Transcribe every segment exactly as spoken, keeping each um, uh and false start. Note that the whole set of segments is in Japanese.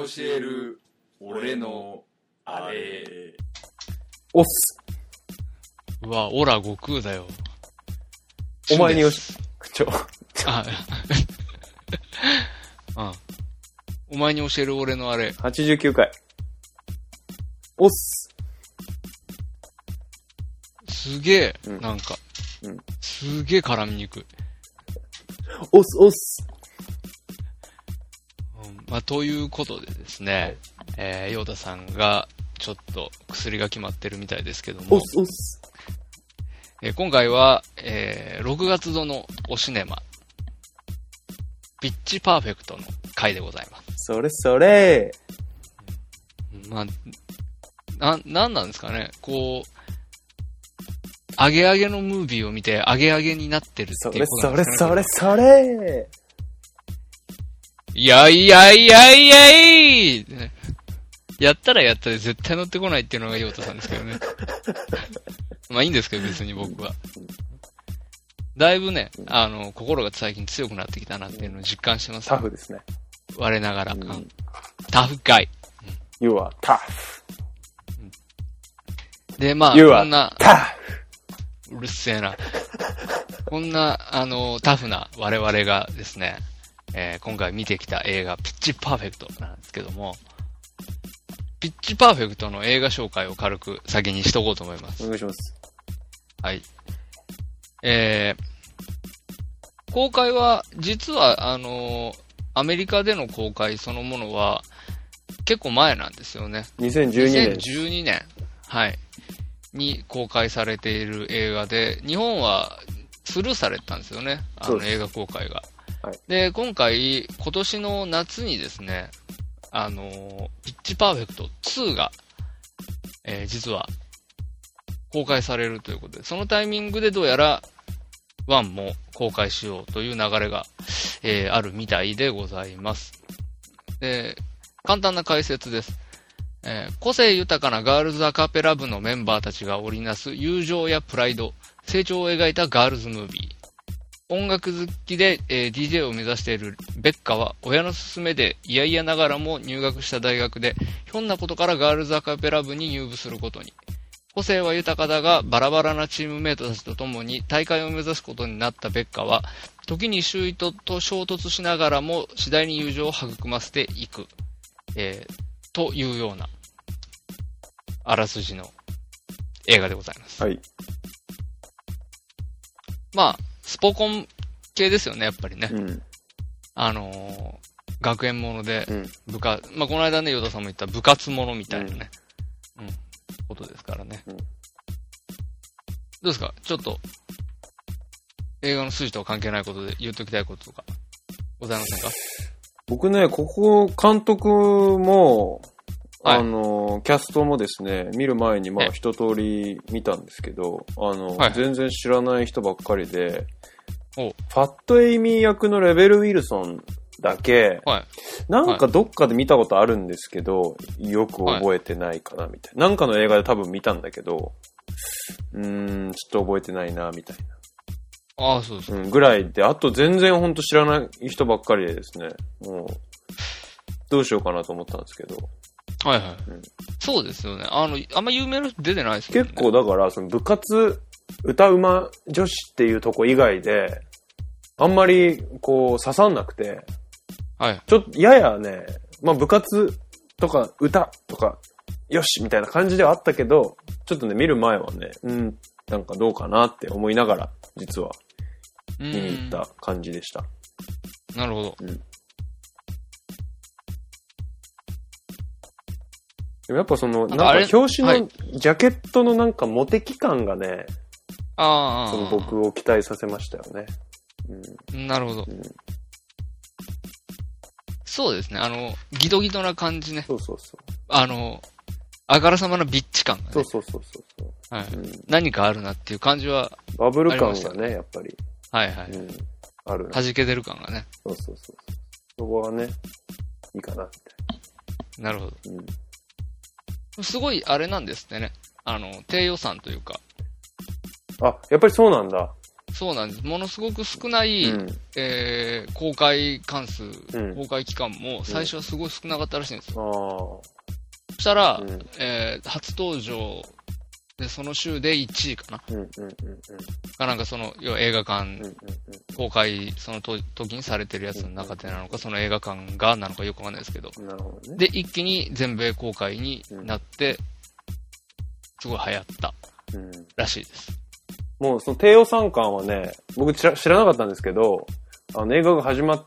教える俺のあれ。 おっす。 うわ、オラ悟空だよ。 お前によし、ちょ、 あ、うん。お前に教える俺のあれ。 はちじゅうきゅうかい。おっす。 すげえ、 うん、 なんか、 うん。 すげえ絡みにくい。 おっす、おっす。 うん、まあ、ということでですね、えー、ヨーダさんが、ちょっと薬が決まってるみたいですけども。 おっす、おっす。 えー、今回は、えー、ろくがつ度のおシネマ、ピッチパーフェクトの回でございます。 それそれ。 まあ、な、なんなんですかね。こう、アゲアゲのムービーを見て、アゲアゲになってるっていうことなんですかね。 それそれそれそれ。 いやいやいやいやいやったらやったで絶対乗ってこないっていうのがヨータさんですけどね。まあいいんですけど別に僕は。だいぶね、あの、心が最近強くなってきたなっていうのを実感してます、ね。 タフですね。 我ながら。 うんうん、タフガイ。 うん、You are tough. で、まあ、 You こ are んな、 tough. うるせえな。こんな、あの、タフな我々がですね、えー、今回見てきた映画、ピッチパーフェクトなんですけども、ピッチパーフェクトの映画紹介を軽く先にしとこうと思います。 お願いします。 はい。えー、公開は、実は、あの、アメリカでの公開そのものは、結構前なんですよね。 にせんじゅうにねん。 にせんじゅうにねん。はい。に公開されている映画で、日本はスルーされたんですよね。あの映画公開が。 はい、 で、今回、今年の夏にですね、あの、ピッチパーフェクトツーが、えー、実は公開されるということで、そのタイミングでどうやらワンも公開しようという流れが、えー、あるみたいでございます。で、簡単な解説です。えー、個性豊かなガールズアカペラ部のメンバーたちが織りなす友情やプライド、成長を描いたガールズムービー。音楽好きで、えー、ディージェー を目指しているベッカは親の勧めで嫌々ながらも入学した大学でひょんなことからガールズアカペラ部に入部することに。個性は豊かだがバラバラなチームメイトたちと共に大会を目指すことになったベッカは時に周囲とと衝突しながらも次第に友情を育ませていく、えー、というようなあらすじの映画でございます。 はい。 まあ、スポコン系ですよね、やっぱりね。 うん、 あのー、学園もので、部下、 うん、 まあ、この間ね、ヨダさんも言った部活ものみたいなね、うん、うん、ことですからね、うん。どうですか？ちょっと、映画の筋とは関係ないことで言っときたいこととか、ございませんか？ 僕ね、ここ、監督も、 はい、 あの、キャストもですね、見る前にまあ一通り見たんですけど、あの、はい、全然知らない人ばっかりで、 おファットエイミー役のレベル・ウィルソンだけ、 はい、 なんかどっかで見たことあるんですけど、よく覚えてないかなみたいな。なんかの映画で多分見たんだけど、うーん、ちょっと覚えてないな、みたいな。 ああ、そうです、 うん、ぐらいで、あと全然ほんと知らない人ばっかりでですね、もう、どうしようかなと思ったんですけど、 はいはい、うん。そうですよね。あの、あんま有名な人出てないですよね。 結構だから、その部活、歌うま女子っていうとこ以外で、あんまりこう刺さんなくて、 はい。 ちょっと、ややね、まあ部活とか歌とか、よしみたいな感じではあったけど、ちょっとね、見る前はね、うん、なんかどうかなって思いながら、実は、見に行った感じでした。 なるほど。 うんでもやっぱその、なんか表紙のジャケットのなんかモテ期感がね、 ああ、 その僕を期待させましたよね。 うん、なるほど、うん。そうですね。あの、ギトギトな感じね。 そうそうそう。 あの、あからさまなビッチ感がね。 そうそうそうそう。 はい、うん。何かあるなっていう感じは、 バブル感がね、やっぱり。 はいはい。 うん、ある。 弾けてる感がね。 そうそうそう。そこはね、いいかなって。 なるほど。 うんすごいあれなんですってね。あの、低予算というか。 あ、やっぱりそうなんだ。 そうなんです。ものすごく少ない、 うんえー、公開関数、 うん公開期間も最初はすごい少なかったらしいんですよ。 あそしたら、 うん、 えー、初登場で、その週でいちいかな。 うんうんうんうん。 かなんかその、要は映画館、 うんうんうん、 公開、その時にされてるやつの中でなのか、その映画館がなのかよくわかんないですけど。 なるほどね。 で、一気に全米公開になって、すごい流行ったらしいです。 うん、もうその帝王三冠はね、僕知ら知らなかったんですけど、あの映画が始まって、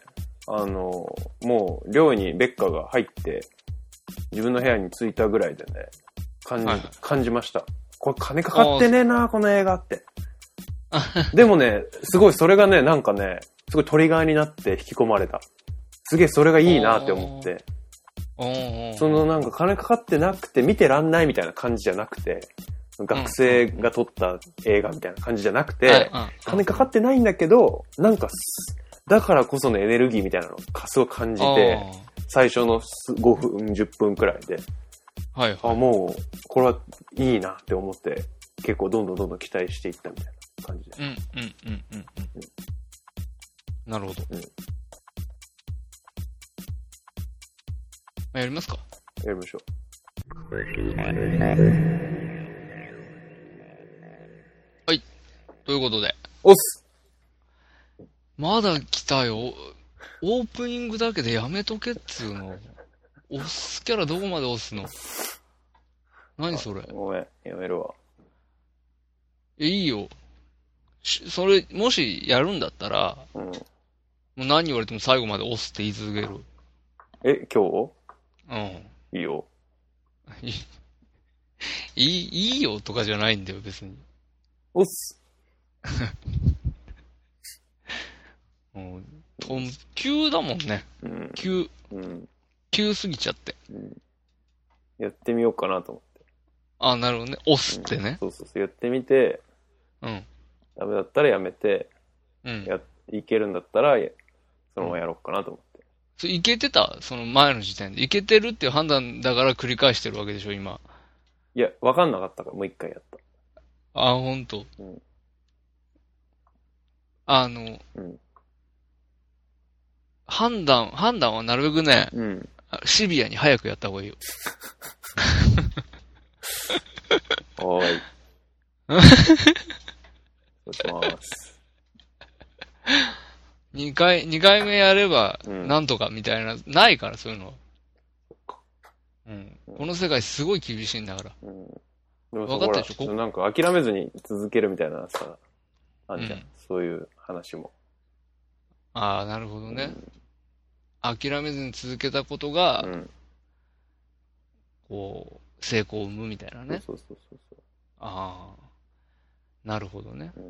あの、もう寮にベッカが入って、自分の部屋に着いたぐらいでね、感じ、はい、感じました。これ金かかってねえな、この映画って。でもね、すごいそれがね、なんかね、すごいトリガーになって引き込まれた。すげえそれがいいなって思って。そのなんか金かかってなくて見てらんないみたいな感じじゃなくて、学生が撮った映画みたいな感じじゃなくて、金かかってないんだけど、なんか、だからこそのエネルギーみたいなのをすごい感じて、最初のごふん、じゅっぷんくらいで、 はいはい、 あ、もう、これはいいなって思って、結構どんどんどんどん期待していったみたいな感じで。 うん、うん、うん、うん。うん、なるほど。うん、やりますか？ やりましょう。 はい。ということで。 押す。 まだ来たよ。オープニングだけでやめとけっつうの。押すキャラどこまで押すの？何それ？ ごめん、やめるわ。 え、いいよ。それ、もしやるんだったら、うん、もう何言われても最後まで押すって言い続ける。 え、今日？ うん。 いいよ。 いい、いい、いいよとかじゃないんだよ、別に。 押す。 もう、と、急だもんね。うん、急。うん。急すぎちゃって、うん。 やってみようかなと思って。 あ、なるほどね。押すってね。 うん、そうそうそう。やってみて、うん。ダメだったらやめて、うん。や、いけるんだったら、そのままやろうかなと思って。 それいけてた？その前の時点で。いけてるっていう判断だから繰り返してるわけでしょ、今。 いや、わかんなかったからもう一回やった。 あ、ほんと。うん。あの、うん。判断、判断はなるべくね、うん。シビアに早くやった方がいいよ。 おーい。そうします。 二回、二回目やれば、なんとかみたいな、うん、ないから、そういうの。うん。この世界すごい厳しいんだから。うん。でも分かったでしょ？こなんか諦めずに続けるみたいなさ、あんじゃん。うん、そういう話も。 ああ、なるほどね。うん諦めずに続けたことが、うん、こう、成功を生むみたいなね。 そうそうそうそう。 ああ、なるほどね。うん、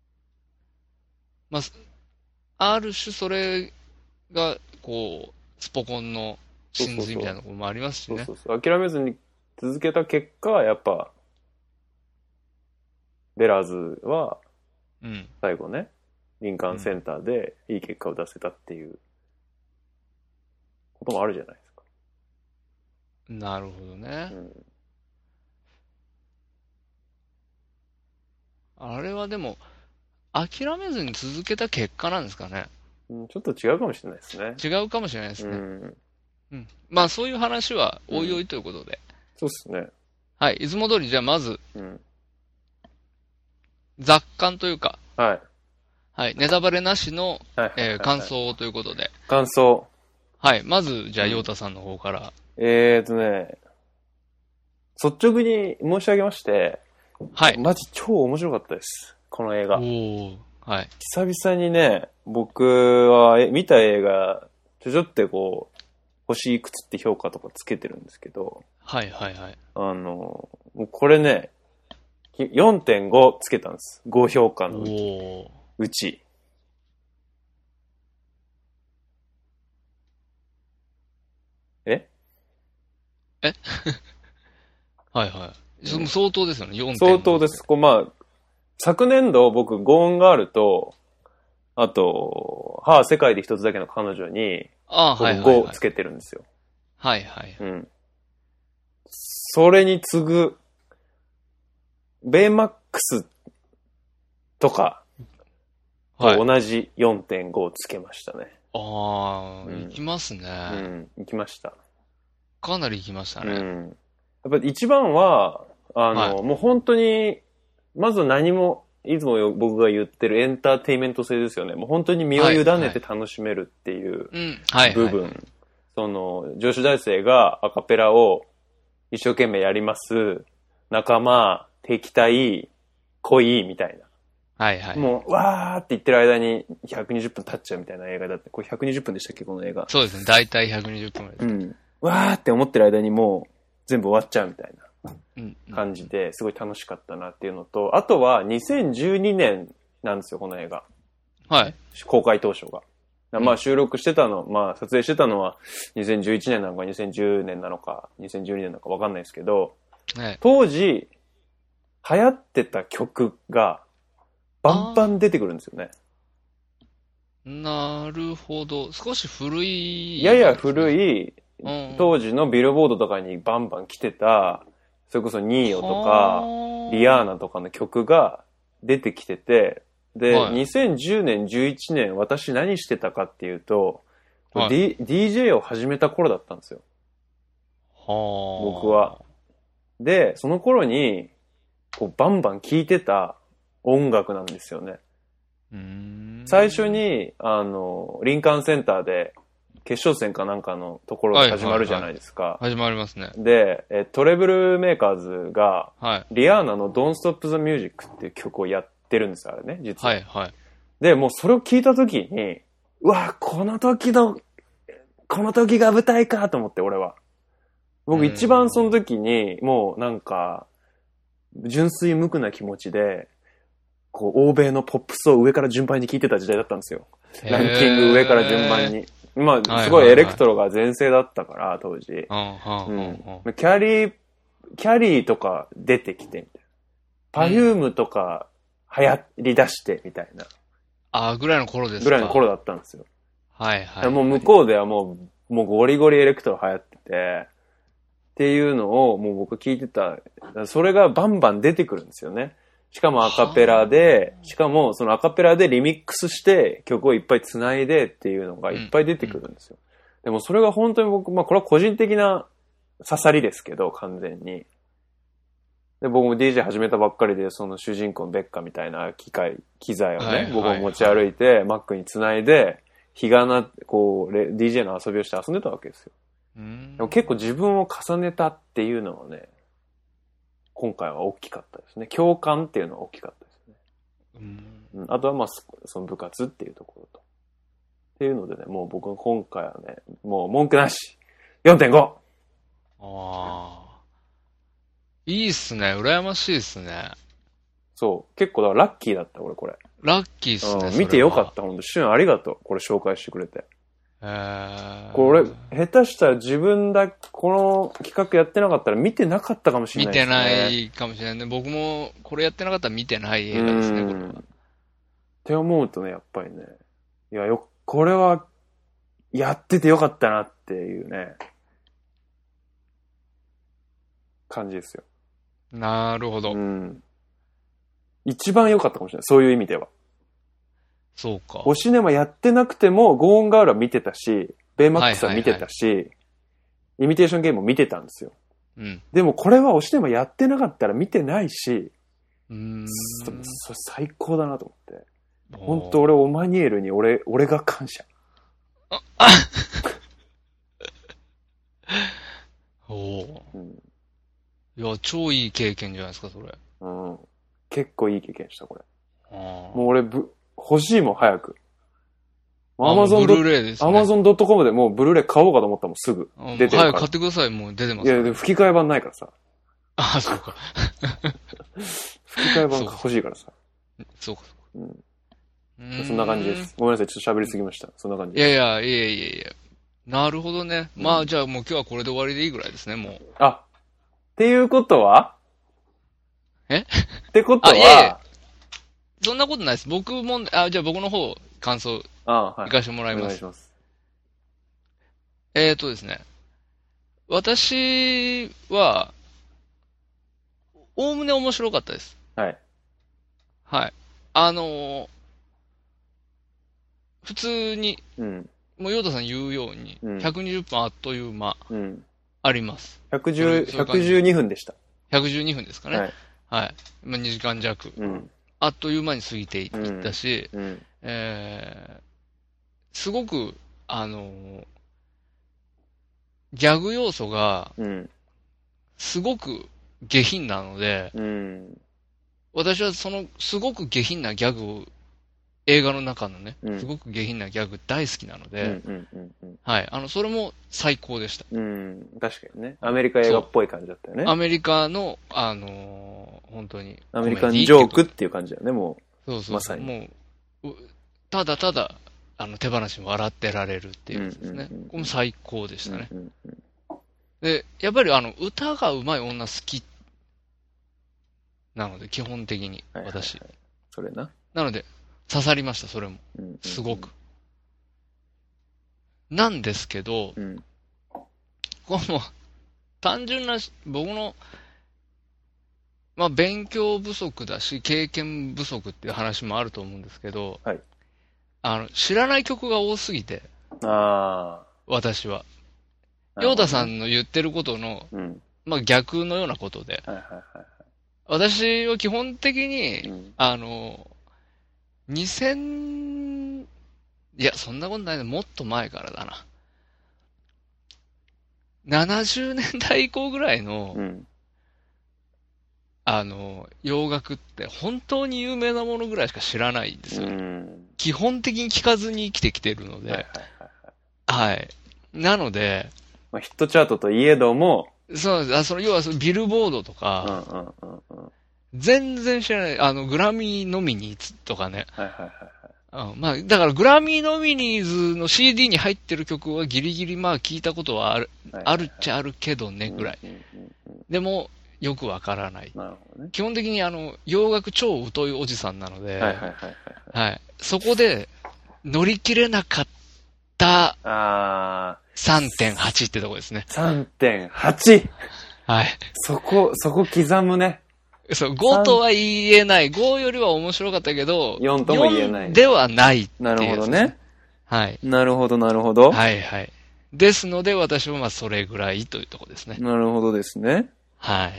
まあ、ある種それが、こう、スポコンの真髄みたいなところもありますしね。 そうそうそう。諦めずに続けた結果、やっぱ、ベラーズは、最後ね、うん、林間センターでいい結果を出せたっていう、こともあるじゃないですか。 なるほどね。うん、あれはでも、諦めずに続けた結果なんですかね。 うん、ちょっと違うかもしれないですね。 違うかもしれないですね。うん。うん、まあそういう話はおいおいということで。 うん、そうですね。 はい。いつも通りじゃあまず、うん、雑感というか、 はい。 はい。ネタバレなしの、はいえー、感想ということで。 感想。 はい。まず、じゃあ、ヨータさんの方から。 うん、えーとね、率直に申し上げまして、 はい。 マジ超面白かったです。この映画。 おー。はい。 久々にね、僕は見た映画、ちょちょってこう、星いくつって評価とかつけてるんですけど。 はいはいはい。 あの、もうこれね、よんてんご つけたんです。ご評価のうち。ええはいはい。その相当ですよね、よんてんご。 相当です。こうまあ、昨年度僕、ゴーンガールと、あと、はあ、世界で一つだけの彼女に、 あはいはい、はい。 ごつけてるんですよ。 はいはい。 うん。それに次ぐ、ベイマックスとか、 と同じ よんてんご をつけましたね。 ああ、 うん行きますね。 うん、行きました。 かなり行きましたね。 うん。やっぱり一番は、あの、 はい、 もう本当に、まず何も、いつも僕が言ってるエンターテインメント性ですよね。もう本当に身を委ねて楽しめるっていう部分。その、女子大生がアカペラを一生懸命やります。仲間、敵対、恋みたいな。 はいはい。 もう、わーって言ってる間にひゃくにじゅっぷん経っちゃうみたいな映画だって。これひゃくにじゅっぷんでしたっけ、この映画。 そうですね。だいたいひゃくにじゅっぷんぐらいです。 うん。わーって思ってる間にもう全部終わっちゃうみたいな感じで、すごい楽しかったなっていうのと、あとはにせんじゅうにねんなんですよ、この映画。 はい。 公開当初が。まあ収録してたの、まあ撮影してたのはにせんじゅういちねんなのかにせんじゅうねんなのかにせんじゅうにねんなのかわかんないですけど、 はい、 当時流行ってた曲がバンバン出てくるんですよね。 なるほど。少し古い、 やや古い、 うん、 当時のビルボードとかにバンバン来てた、それこそニーヨとか、リアーナとかの曲が出てきてて、で、はい、にせんじゅうねん、じゅういちねん、私何してたかっていうと、はい、D、ディージェー を始めた頃だったんですよ。 は僕は。で、その頃に、こう、バンバン聴いてた音楽なんですよね。 うーん最初に、あの、リンカーンセンターで、決勝戦かなんかのところが始まるじゃないですか。はいはいはい、始まりますね。 で、えトレブルメーカーズが、 はい、 リアーナの Don't Stop the Music っていう曲をやってるんですよ、あれね、実は。 はいはい。 で、もうそれを聞いたときに、うわ、この時の、この時が舞台かと思って、俺は。僕一番その時に、もうなんか、純粋無垢な気持ちで、こう、欧米のポップスを上から順番に聴いてた時代だったんですよ。ランキング上から順番に。まあ、すごいエレクトロが全盛だったから、当時。うん。キャリー、キャリーとか出てきて、みたいな。パフュームとか流行り出して、みたいな。 ああ、ぐらいの頃ですか。 ぐらいの頃だったんですよ。 はいはい。 もう向こうではもう、もうゴリゴリエレクトロ流行ってて、っていうのをもう僕聞いてた。それがバンバン出てくるんですよね。しかもアカペラで、しかもそのアカペラでリミックスして曲をいっぱい繋いでっていうのがいっぱい出てくるんですよ。うん、でもそれが本当に僕、まあこれは個人的な刺さりですけど、完全に。で、僕も ディージェー 始めたばっかりで、その主人公のベッカみたいな機械、機材をね、はいはいはい、僕も持ち歩いて、Mac に繋いで、日がな、こう、ディージェー の遊びをして遊んでたわけですよ。 うんでも結構自分を重ねたっていうのはね、今回は大きかったですね。共感っていうのは大きかったですね。うん、あとはまあ、その部活っていうところと。っていうのでね、もう僕今回はね、もう文句なし !よんてんご! ああ。いいっすね。羨ましいっすね。 そう。結構だからラッキーだった、俺これ。 ラッキーっすね。 うん、見てよかった、ほんと。シュンありがとう。これ紹介してくれて。 えー、 これ、下手したら自分だ、この企画やってなかったら見てなかったかもしれないですね。 見てないかもしれないね。僕もこれやってなかったら見てない映画ですね、これは。って思うとね、やっぱりね。いや、よ、これは、やっててよかったなっていうね、感じですよ。 なるほど。 うん。一番良かったかもしれない。そういう意味では。 そうか。 おシネマやってなくても、ゴーンガールは見てたし、ベイマックスは見てたし、はいはいはい、イミテーションゲームも見てたんですよ。 うん。 でもこれはおシネマやってなかったら見てないし、 うーん。 そ, それ最高だなと思って。本当俺オマニエルに俺、俺が感謝。 ああおお、うん。いや、超いい経験じゃないですか、それ。 うん。結構いい経験した、これ。 もう俺ぶ、欲しいもん、早く。 アマゾン、ブルーレイですね。 アマゾンドットコムでもうブルーレイ買おうかと思ったもん、すぐ。出てるから。 早く買ってください、もう出てます、 ね。いや、吹き替え版ないからさ。 ああ、そうか。 吹き替え版欲しいからさ。 そうか、そうか。 うん。そんな感じです。ごめんなさい、ちょっと喋りすぎました。そんな感じです。いやいや、いやいやいや。なるほどね。うん、まあ、じゃあもう今日はこれで終わりでいいぐらいですね、もう。 あ、っていうことはえってことは、 いやいやそんなことないです。僕も、あ、じゃあ僕の方、感想、 あ、はい、 行かしてもらいます。 お願いします。 えーとですね。私は、おおむね面白かったです。 はい。 はい。あのー、 普通に、 うん。 もうヨーダさん言うように、 うんひゃくにじゅっぷんあっという間、 うん。 あります。 ひゃくじゅう、ひゃくじゅうにふんでした。 ひゃくじゅうにふんですかね。 はい。 はい。まあ、にじかん弱。 うん。 あっという間に過ぎていったし、 うん。 えー、すごく、あのー、ギャグ要素が、すごく下品なので、 うん、 私はその、すごく下品なギャグを、映画の中のね、 うん、 すごく下品なギャグ大好きなので、 うんうんうんうん、 はい。あの、それも最高でした。 うん、確かにね。アメリカ映画っぽい感じだったよね。 アメリカの、あのー、本当に。 アメリカンジョークっていう感じだよね、もう。そうそうそう。 まさに。 もう、ただただ、あの、手放しに笑ってられるっていうやつですね。うんうんうん、これも最高でしたね。うんうんうん、で、やっぱりあの、歌が上手い女好きなので、基本的に、私。はいはいはい、 それな。 なので、刺さりました、それも。うんうんうん、すごく。なんですけど、うん、これも、単純な、僕の、まあ、勉強不足だし、経験不足っていう話もあると思うんですけど、はい、あの、知らない曲が多すぎて、あ私は。ヨーダさんの言ってることの、うん、まあ、逆のようなことで、はいはいはいはい、私は基本的に、うん、あの、にせん、いや、そんなことないね。もっと前からだな。ななじゅうねんだい以降ぐらいの、うん、あの、洋楽って本当に有名なものぐらいしか知らないんですよ。うん、基本的に聞かずに生きてきてるので。はいはいはい、はい。なので、 まあ、ヒットチャートといえども、 そうです。あ、その、要はそのビルボードとか、うんうんうんうん、全然知らない。あの、グラミーノミニーズとかね。はいはいはいはい。うん、まあ、だからグラミーノミニーズの シーディー に入ってる曲はギリギリまあ聞いたことはある、はいはいはい、あるっちゃあるけどね、ぐらい。うんうんうんうん、でも、よくわからない。なるほどね。基本的にあの、洋楽超疎いおじさんなので、はいはいはいはい。はい。そこで、乗り切れなかった、あ さんてんはち ってとこですね。 さんてんはち! はい。 そこ、そこ刻むね。 そう、ごとは言えない。ごよりは面白かったけど、 よんとも言えない。 よんではないっていう、 ね。なるほどね。 はい。 なるほど、なるほど。 はいはい。ですので、私はまあそれぐらいというところですね。 なるほどですね。 はい。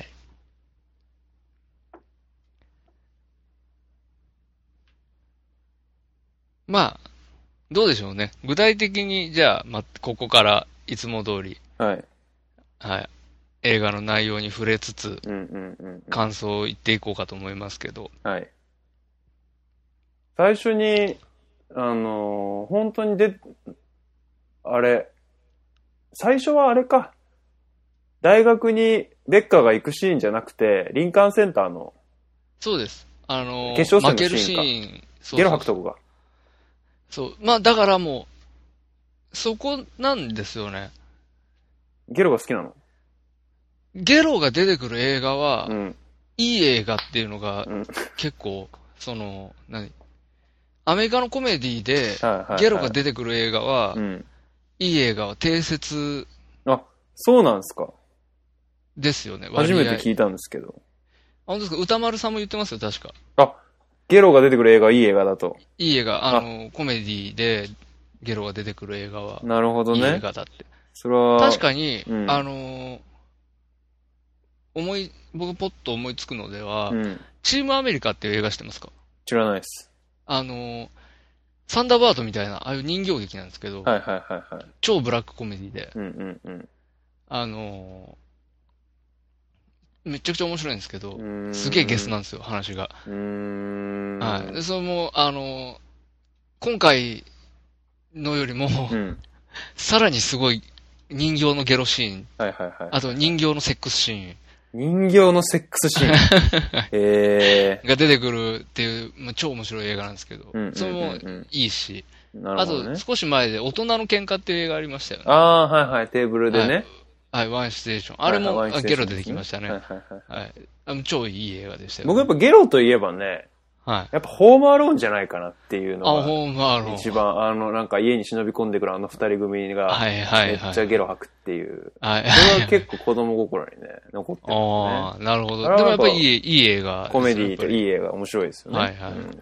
まあ、どうでしょうね。具体的に、じゃあ、まあ、ここからいつも通り。はい。はい。映画の内容に触れつつ、うんうんうんうん、感想を言っていこうかと思いますけど。はい。 最初に、あのー、本当にで、あれ、最初はあれか。大学にベッカーが行くシーンじゃなくて、リンカーンセンターの。 そうです。あのー、 決勝戦のシーンか。負けるシーン。そうそうそうゲロ吐くとこが。 そう。まあ、だからもう、そこなんですよね。 ゲロが好きなの？ ゲロが出てくる映画は、うん、いい映画っていうのが、うん、結構、その、何アメリカのコメディで、はいはいはい、ゲロが出てくる映画は、うん、いい映画は定説。 あ、そうなんですか。 ですよね。 初めて聞いたんですけど。 あ、本当ですか。歌丸さんも言ってますよ、確か。 あ、ゲロが出てくる映画はいい映画だと。 いい映画。あの、あコメディでゲロが出てくる映画は。 なるほどね。 いい映画だって。 それは。 確かに、うん、あの、思い、僕ポッと思いつくのでは、うん、チームアメリカっていう映画知ってますか？ 知らないです。 あの、サンダーバードみたいな、ああいう人形劇なんですけど、 はいはいはいはい。 超ブラックコメディで、 うんうんうん、 あの、めちゃくちゃ面白いんですけど、すげえゲスなんですよ、話が。うーんはい。で、それも、あの、今回のよりも、うん、さらにすごい人形のゲロシーン、 はいはいはい、 あと人形のセックスシーン、 人形のセックスシーンへが出てくるっていう、まあ、超面白い映画なんですけど、うんうんうんうん、それもいいし、なるほどね、あと少し前で大人の喧嘩っていう映画ありましたよね。 ああ、はいはい、テーブルでね。 はい、はい、ワンシチュエーション。あれも、はいはい、ゲロ出てきましたね。はいはいはい。はい、あの超いい映画でしたよ、ね。 僕やっぱゲロといえばね、はい。やっぱホームアローンじゃないかなっていうのが。 あ、ホームアローン。 一番、あの、なんか家に忍び込んでくるあの二人組が、はいはいはい。めっちゃゲロ吐くっていう。はい。それは結構子供心にね、残ってる、ね。 ああ、なるほど。でもやっぱりいい、いい映画、 コメディーといい映画、面白いですよね。 はいはい。うん、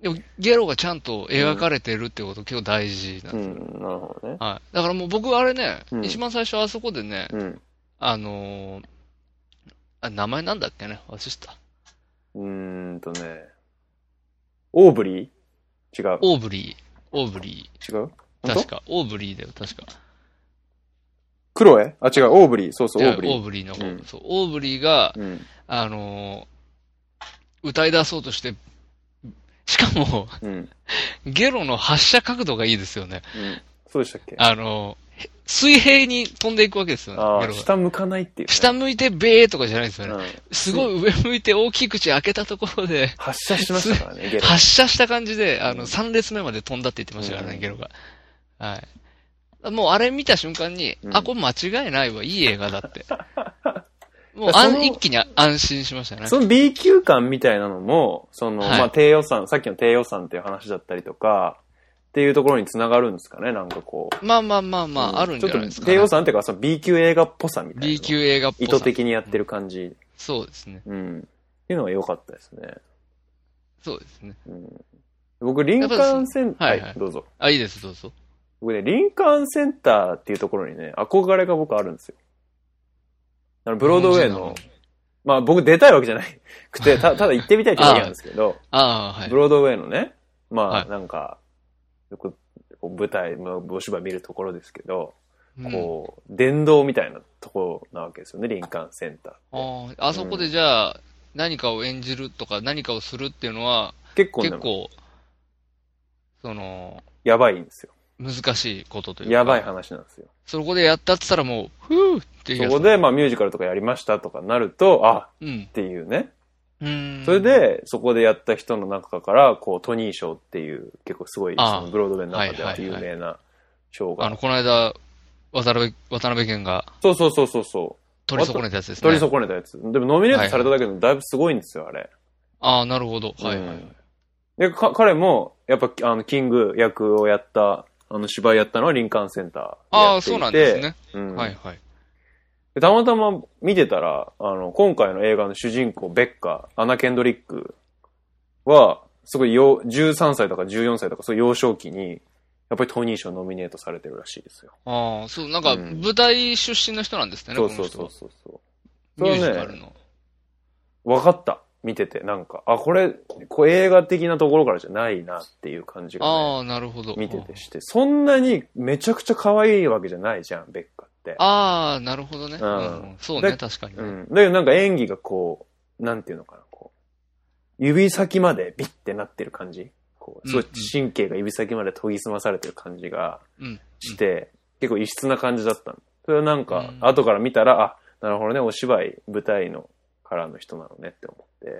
でもゲロがちゃんと描かれてるってこと結構大事なんですよ。 うん、なるほどね。 はい。だからもう僕あれね、 うん一番最初あそこでね、 うん。 あのー、あ、名前なんだっけね忘れてた。 うーんとね、オーブリー違う。 オーブリー。オーブリ違うー。確か。オーブリーだよ、確か。 クロエあ、違う、オーブリー。そうそう、オーブリー。 オーブリーの方、 うんそう。オーブリーが、 うん。 あのー、歌い出そうとして、しかも、 うん。うん。 ゲロの発射角度がいいですよね。 そうでしたっけ？ あのー、水平に飛んでいくわけですよね。 ああ、 ゲロが下向かないっていう、ね。 下向いてベーとかじゃないですよね。 うん。 すごい上向いて大きい口開けたところで、 発射しましたからね、ゲロ。 発射した感じで、あの、 うんさん列目まで飛んだって言ってましたからね、 うんゲロが。はい。もうあれ見た瞬間に、 うんあ、これ間違いないわ、いい映画だって。もうそのあん一気に安心しましたね。 その B 級感みたいなのも、その、 はいまあ、低予算、さっきの低予算っていう話だったりとか、っていうところにつながるんですかね、なんかこう。 まあまあまあまあ、 うんあるんじゃないですか、ね。 ちょっと低予算っていうか、その B 級映画っぽさみたいな。 B 級映画っぽさ。 意図的にやってる感じ。 そうですね。 うん。っていうのが良かったですね。 そうですね。 うん、僕、リンカーンセンター、 はいはいどうぞ。 あ、いいです、どうぞ。 僕ね、リンカーンセンターっていうところにね、憧れが僕あるんですよ。あの、ブロードウェイの、まあ僕出たいわけじゃないくて、たただ行ってみたいってだけなんですけど、 ああ、はい。 ブロードウェイのね、まあ、 はいなんか、よくこう舞台、まあお芝居見るところですけど、 うんこう、電動みたいなところなわけですよね、リンカーンセンターって。 ああ、あそこでじゃあ、何かを演じるとか何かをするっていうのは、 結構ね結構、その、 やばいんですよ。 難しいことというか。 やばい話なんですよ。 そこでやったって言ったらもう、ふーっていうやつ。 そこで、まあミュージカルとかやりましたとかなると、あうんっ。ていうね。 うん。 それ、で、そこでやった人の中から、こう、トニー賞っていう、結構すごい、そああのブロードウェイの中では有はいはいはい名な賞が。 あの、この間、渡辺、渡辺謙がそうそうそうそうそう。 取り損ねたやつですね。 取り損ねたやつ。でもノミネートされただけでもだいぶすごいんですよ、あれ。 ああ、なるほど。はいはいはい。 うんで、か、彼も、やっぱ、あの、キング役をやった、あの、芝居やったのはリンカーンセンターでああ、 やっていて。 そうなんですね。 うん。 はいはい。 でたまたま見てたら、あの、今回の映画の主人公、ベッカー、アナ・ケンドリックは、すごいよ、じゅうさんさいとかじゅうよんさいとか、そういう幼少期に、やっぱりトニー賞ノミネートされてるらしいですよ。 ああ、そう、なんか、 うん舞台出身の人なんですね、 そうこの人そうそうそうそう。 ミュージそれはね、 カルの。 分かった。見てて、なんか、あ、これ、こう映画的なところからじゃないなっていう感じが、ね、 ああ、なるほど。 見ててして、そんなにめちゃくちゃ可愛いわけじゃないじゃん、ベッカって。 ああ、なるほどね。 うんうんそうね、 で確かにね。 うん。だけどなんか演技がこう、なんていうのかな、こう、指先までビッてなってる感じこう、すごい神経が指先まで研ぎ澄まされてる感じがうん。 して、結構異質な感じだったの。それはなんか、 うん後から見たら、あ、なるほどね、お芝居、舞台のからの人なのねって思って、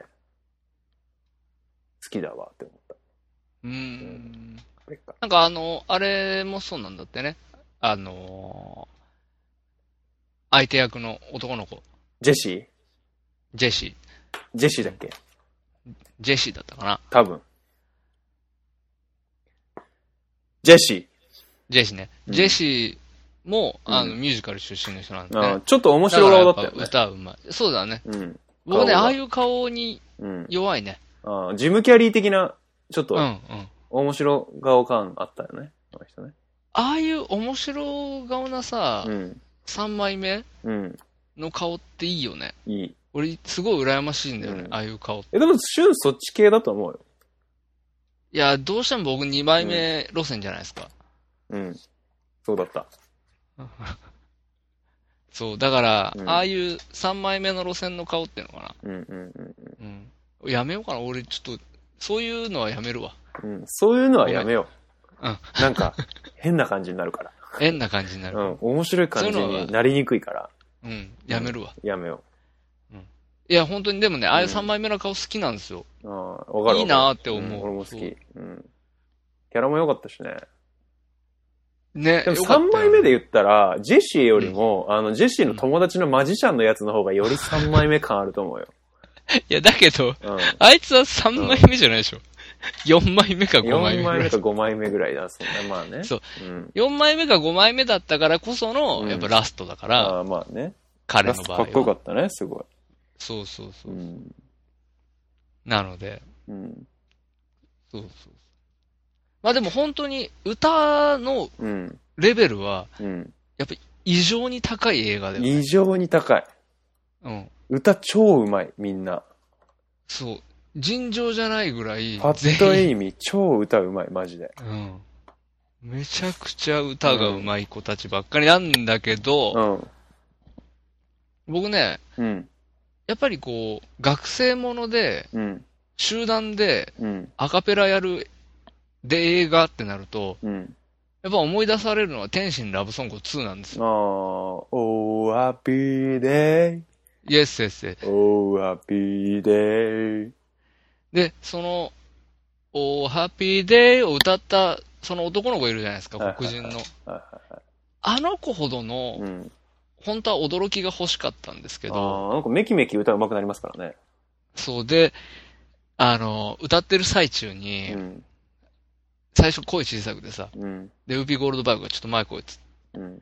好きだわって思った。 うーん。 ベッカ。 なんかあの、あれもそうなんだってね。あのー、相手役の男の子、 ジェシージェシー。 ジェシーだっけジェシーだったかな。 多分。ジェシジェシーね。 うんジェシーも、あの、 うんミュージカル出身の人なんでー。あね。 ちょっと面白顔だったよね。 だからやっぱ歌うまい。そうだね。 うん。 僕ね、 顔がああいう顔にうん。 弱いね。 あジム・キャリー的な、ちょっとうんうん。 面白顔感あったよね。あの人ね。 ああいう面白顔なさ、 うん。 さんまいめうん。 の顔っていいよね。 いい。 俺、すごい羨ましいんだよね、 うんああいう顔。 え、でも、シュンそっち系だと思うよ。 いや、どうしても僕にまいめ路線じゃないですか。 うん。そうだった。 そう、だから、 うんああいうさんまいめの路線の顔っていうのかうんうんうんな。うん。やめようかな。俺、ちょっと、そういうのはやめるわ。 うん。うん。そういうのはやめようん。 う。なんか、変な感じになるから。 変な感じになる。 うん。面白い感じそういうのはになりにくいから。 うん。やめるわ。 やめよいや、本当にでもね、ああいうさんまいめの顔好きなんですよ。 う。ああ、わかるわかる。 いいなーって思ううん俺も好そうき。うん。キャラも良かったしね。 ね。 でもよかったよさんまいめで言ったら、ジェシーよりも、あの、ジェシーの友達のマジシャンのやつの方がよりさんまいめ感あると思うよ。 いや、だけど、 うん。 あいつはさんまいめじゃないでしょ。よんまいめかごまい 4 めぐらい枚目か。ごまいめぐらいだ、そんな、まあね。 そう。 うん。 よんまいめかごまいめだったからこその、 うんやっぱラストだから、 ああ、まあね。 彼の場合は。 かっこよかったね、すごい。 そうそうそうう。 ん。 なので、 うん。 そうそう。まあでも本当に歌のうん。 レベルは、 うん。 やっぱり異常に高い映画だよね。 異常に高い。 うん。 歌超うまい、みんな。 そう。尋常じゃないぐらい、 パッとエイミー超歌うまい、マジで。 うん。めちゃくちゃ歌がうまい子たちばっかりなんだけど、 うん。 僕ね、 うん。 やっぱりこう、学生もので、 うん。 集団でうん。 アカペラやるで映画ってなると、 うん。 やっぱ思い出されるのは天心ラブソングツーなんですあよ。 ー、Oh, happy day. Yes, yes, yes. Oh, happy day. で、その、Oh, happy day を歌った、その男の子いるじゃないですか、黒人の。あの子ほどの、 うん。 本当は驚きが欲しかったんですけあど、 ー、なんかメキメキ歌うまくなりますからね。 そうで、あの、歌ってる最中に、 うん。 最初声小さくてさ、 うん。 で、ウーピーゴールドバーグがちょっと前声つ、 うん。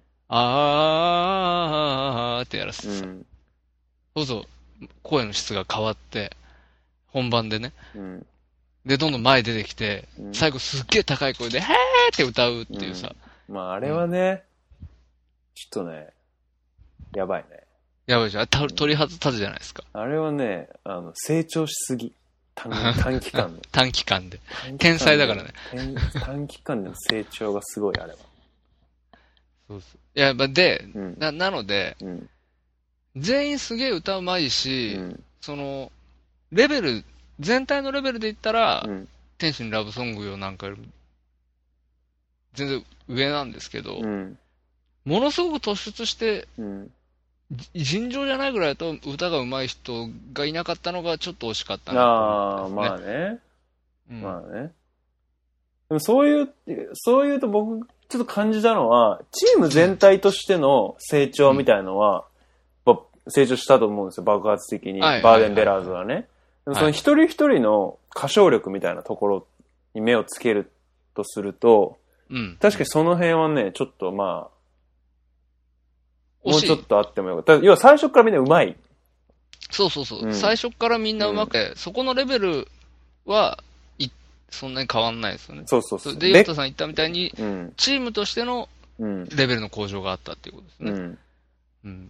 あーってやらせてさ、 うん。 そうそう、声の質が変わって、本番でね。 うん。 で、どんどん前出てきて、 うん最後すっげえ高い声で、へーって歌うっていうさ、 まあ、あれはね、ちょっとね、やばいね。 やばいじゃん。た鳥肌立つじゃないですか。 あれはね、あの、成長しすぎ。短短期間で。 短期間で。 短期間で天才だからね。 短短期間での成長がすごい、あれは。 そうそう。いや、まあで、 うん。 な、なので、 うん。 全員すげえ歌うまいし、 うん。 その、レベル、全体のレベルで言ったら、 うん。 天心ラブソングよなんかよりも、全然上なんですけど、 うん。 ものすごく突出して、 うん。 じ尋常じゃないぐらいだと歌が上手い人がいなかったのがちょっと惜しかったなああ、 と思ってまあね。 うんまあね。でもそういう、そういうと僕、ちょっと感じたのは、チーム全体としての成長みたいのは、やっぱ成長したと思うんですよ、爆発的に。 はいバーデンベラーズはね。でもそのはい一人一人の歌唱力みたいなところに目をつけるとすると、 うん。 確かにその辺はね、ちょっとまあ、 惜しいもうちょっとあってもよかった。要は最初からみんな上手い。 そうそうそう。 うん最初からみんな上手くて、そこのレベルは、い、そんなに変わんないですよね。 そうそうそう。 で、ヨッタさん言ったみたいに、 うん。 チームとしてのうん。 レベルの向上があったっていうことですね。 うん。 うん。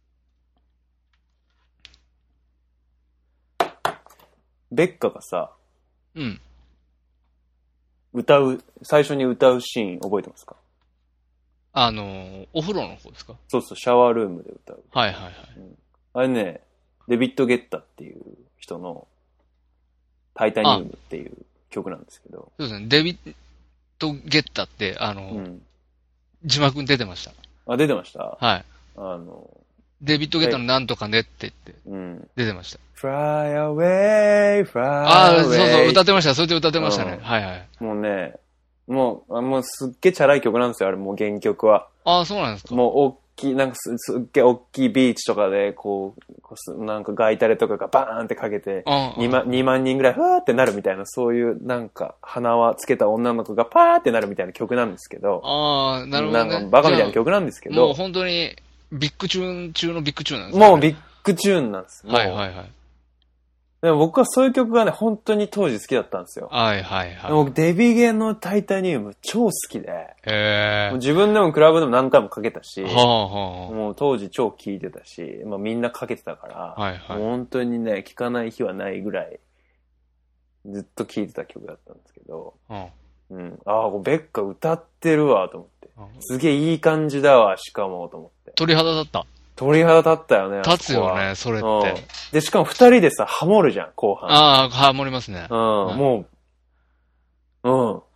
ベッカがさ、 うん。 歌う、最初に歌うシーン覚えてますか？ あのー、お風呂の方ですか？ そうそう、シャワールームで歌う。 はいはいはい。 あれね、デビッド・ゲッタっていう人のタイタニウムっていう曲なんですけど。 そうですね。デビッド・ゲッタって、あのー、 うん。 字幕に出てました。 あ、出てました？ はい。 あの、 デビッド・ゲッタのなんとかねって言って、 うん。 出てました。 Fly away, fly away. ああ、そうそう、歌ってました。それで歌ってましたね。 うんはいはい。 もうね、もう、あもうすっげえチャラい曲なんですよ、あれ、もう原曲は。 ああ、そうなんですか。 もう大きい、なんかすすっげえ大きいビーチとかで、こう、こうすなんかガイタレとかがバーンってかけて、 ああにまん、にまん人ぐらいふわーってなるみたいな、そういうなんか鼻輪つけた女の子がパーってなるみたいな曲なんですけど、 ああ、なるほど、ね。 なんかバカみたいな曲なんですけじゃあもうど、 本当にビッグチューン中のビッグチューンなんですね。 もうビッグチューンなんです。もうはいはいはい。 でも僕はそういう曲がね、本当に当時好きだったんですよ。 はいはいはい。 でも僕デビゲのタイタニウム超好きで、 へえ。 もう自分でもクラブでも何回もかけたし、 はあはあ。 もう当時超聴いてたし、まあみんなかけてたから、 はいはいもう本当にね、聴かない日はないぐらい、ずっと聴いてた曲だったんですけど、 うんうん。ああ、ベッカ歌ってるわ、と思って。 うんすげえいい感じだわ、しかも、と思って。 鳥肌だった。 鳥肌立ったよね。 立つよね、 あそれっそこはうんて。 で、しかも二人でさ、ハモるじゃん、後半。 ああ、ハモりますね。 うん、 うんもう、うん。 うん。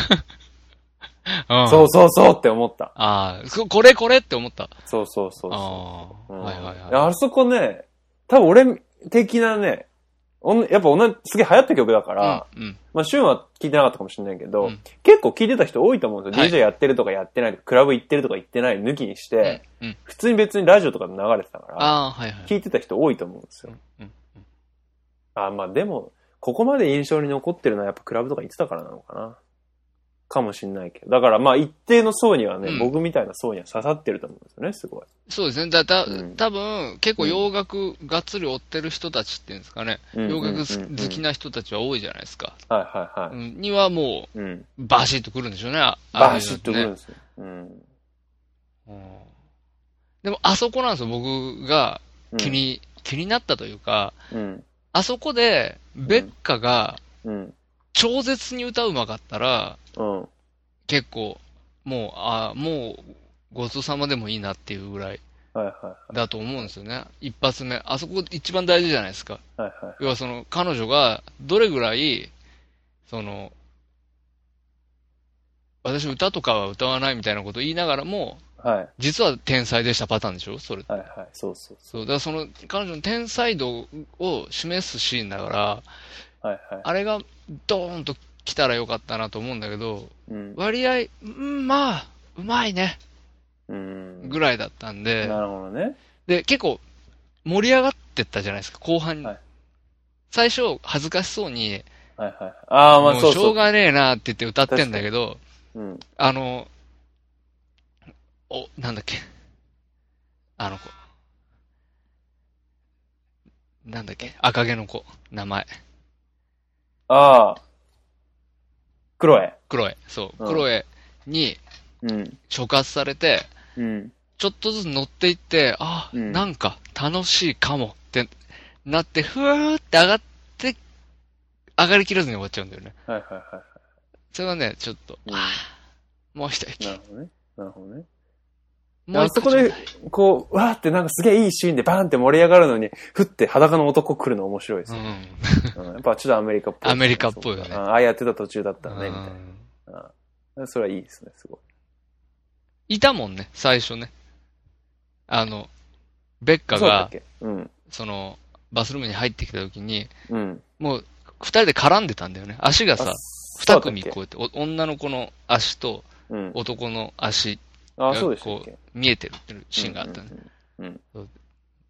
そうそうそうって思った。 ああ、そこれこれって思った。 そうそうそうそう。 ああ、 うんはいはいはい。 あそこね、多分俺的なね、おんやっぱ同じ、すげえ流行った曲だから、 うん、うん。 まあ、シュンは聞いてなかったかもしれないけど、 うん結構聞いてた人多いと思うんですよ。 はいディージェー やってるとかやってないとか、クラブ行ってるとか行ってない抜きにして、 うんうん普通に別にラジオとかで流れてたから、 ああ、はいはい。 聞いてた人多いと思うんですよ。 うんあまあでも、ここまで印象に残ってるのはやっぱクラブとか行ってたからなのかな。 かもしんないけど。だからまあ一定の層にはね、 うん、 僕みたいな層には刺さってると思うんですよね、すごい。 そうですね。だ、だ、 うん、 多分、結構洋楽がっつり追ってる人たちっていうんですかね。うん、洋楽好きな人たちは多いじゃないですか。 はいはいはい。 うん、にはもう、うん、バシッとくるんでしょうね。 バシッとくるんですよ。うん。 うん、でも、あそこなんですよ、僕が気に、うん、気になったというか、うん、あそこで、ベッカが、超絶に歌うまかったら、うん、結構、もう、あもう、ごちそうさまでもいいなっていうぐらい、だと思うんですよね。一発目。あそこ一番大事じゃないですか。はいはい、要はその、彼女が、どれぐらい、その、私歌とかは歌わないみたいなことを言いながらも、はい、実は天才でしたパターンでしょそれって。 はいはい、そうそうそう。だからその、彼女の天才度を示すシーンだから、はいはい、あれがドーンと来たらよかったなと思うんだけど、うん、割合、うん、まあ、うまいね。うん。ぐらいだったんで。 なるほどね。 で、結構、盛り上がってったじゃないですか、後半に。はい、最初、恥ずかしそうに、はいはい。ああ、まあそうそう。もうしょうがねえなって言って歌ってんだけど、うん、あの、お、なんだっけ。あの子。なんだっけ。赤毛の子。名前。 ああ。クロエ。 クロエ。そう。うん、クロエに、触発されて、うん、ちょっとずつ乗っていって、あ、うん、なんか楽しいかもってなって、ふーって上がって、上がりきらずに終わっちゃうんだよね。はいはいはい。それはね、ちょっと、うん、あもう一息。 なるほどね。なるほどね。もうあそこで、こう、わーってなんかすげえいいシーンでバーンって盛り上がるのに、ふって裸の男来るの面白いですよ、ね。うん。やっぱちょっとアメリカっぽい、 アメリカっぽいよね。 ああやってた途中だったね、みたいな。あそれはいいですね、すごい。いたもんね、最初ね。あの、ベッカが、うん、その、バスルームに入ってきた時に、うん、もう、二人で絡んでたんだよね。足がさ、二組こうやって、女の子の足と、男の足、 ああ、そうでしたっけ？ こう、見えてるシーンがあったね。うんうん、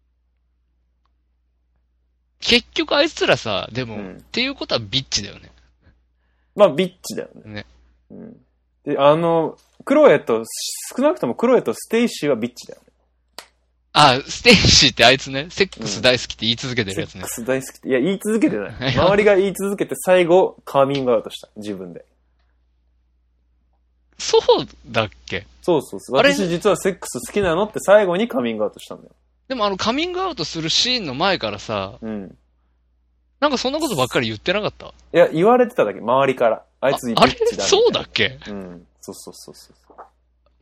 結局あいつらさ、でも、うん、っていうことはビッチだよね。 まあ、ビッチだよね。ね。うん。で、あの、クロエと、少なくともクロエとステイシーはビッチだよね。 あ、ステイシーってあいつね、セックス大好きって言い続けてるやつね。 セックス大好きって、いや、言い続けてない。周りが言い続けて最後、カーミングアウトした。自分で。 そうだっけ？ そうそうそう。私実はセックス好きなのって最後にカミングアウトしたんだよ。 でもあのカミングアウトするシーンの前からさ、うん。なんかそんなことばっかり言ってなかった？ いや、言われてただけ、周りから。あいつビッチだ。 あれそうだっけ？ うん。そうそうそうそう。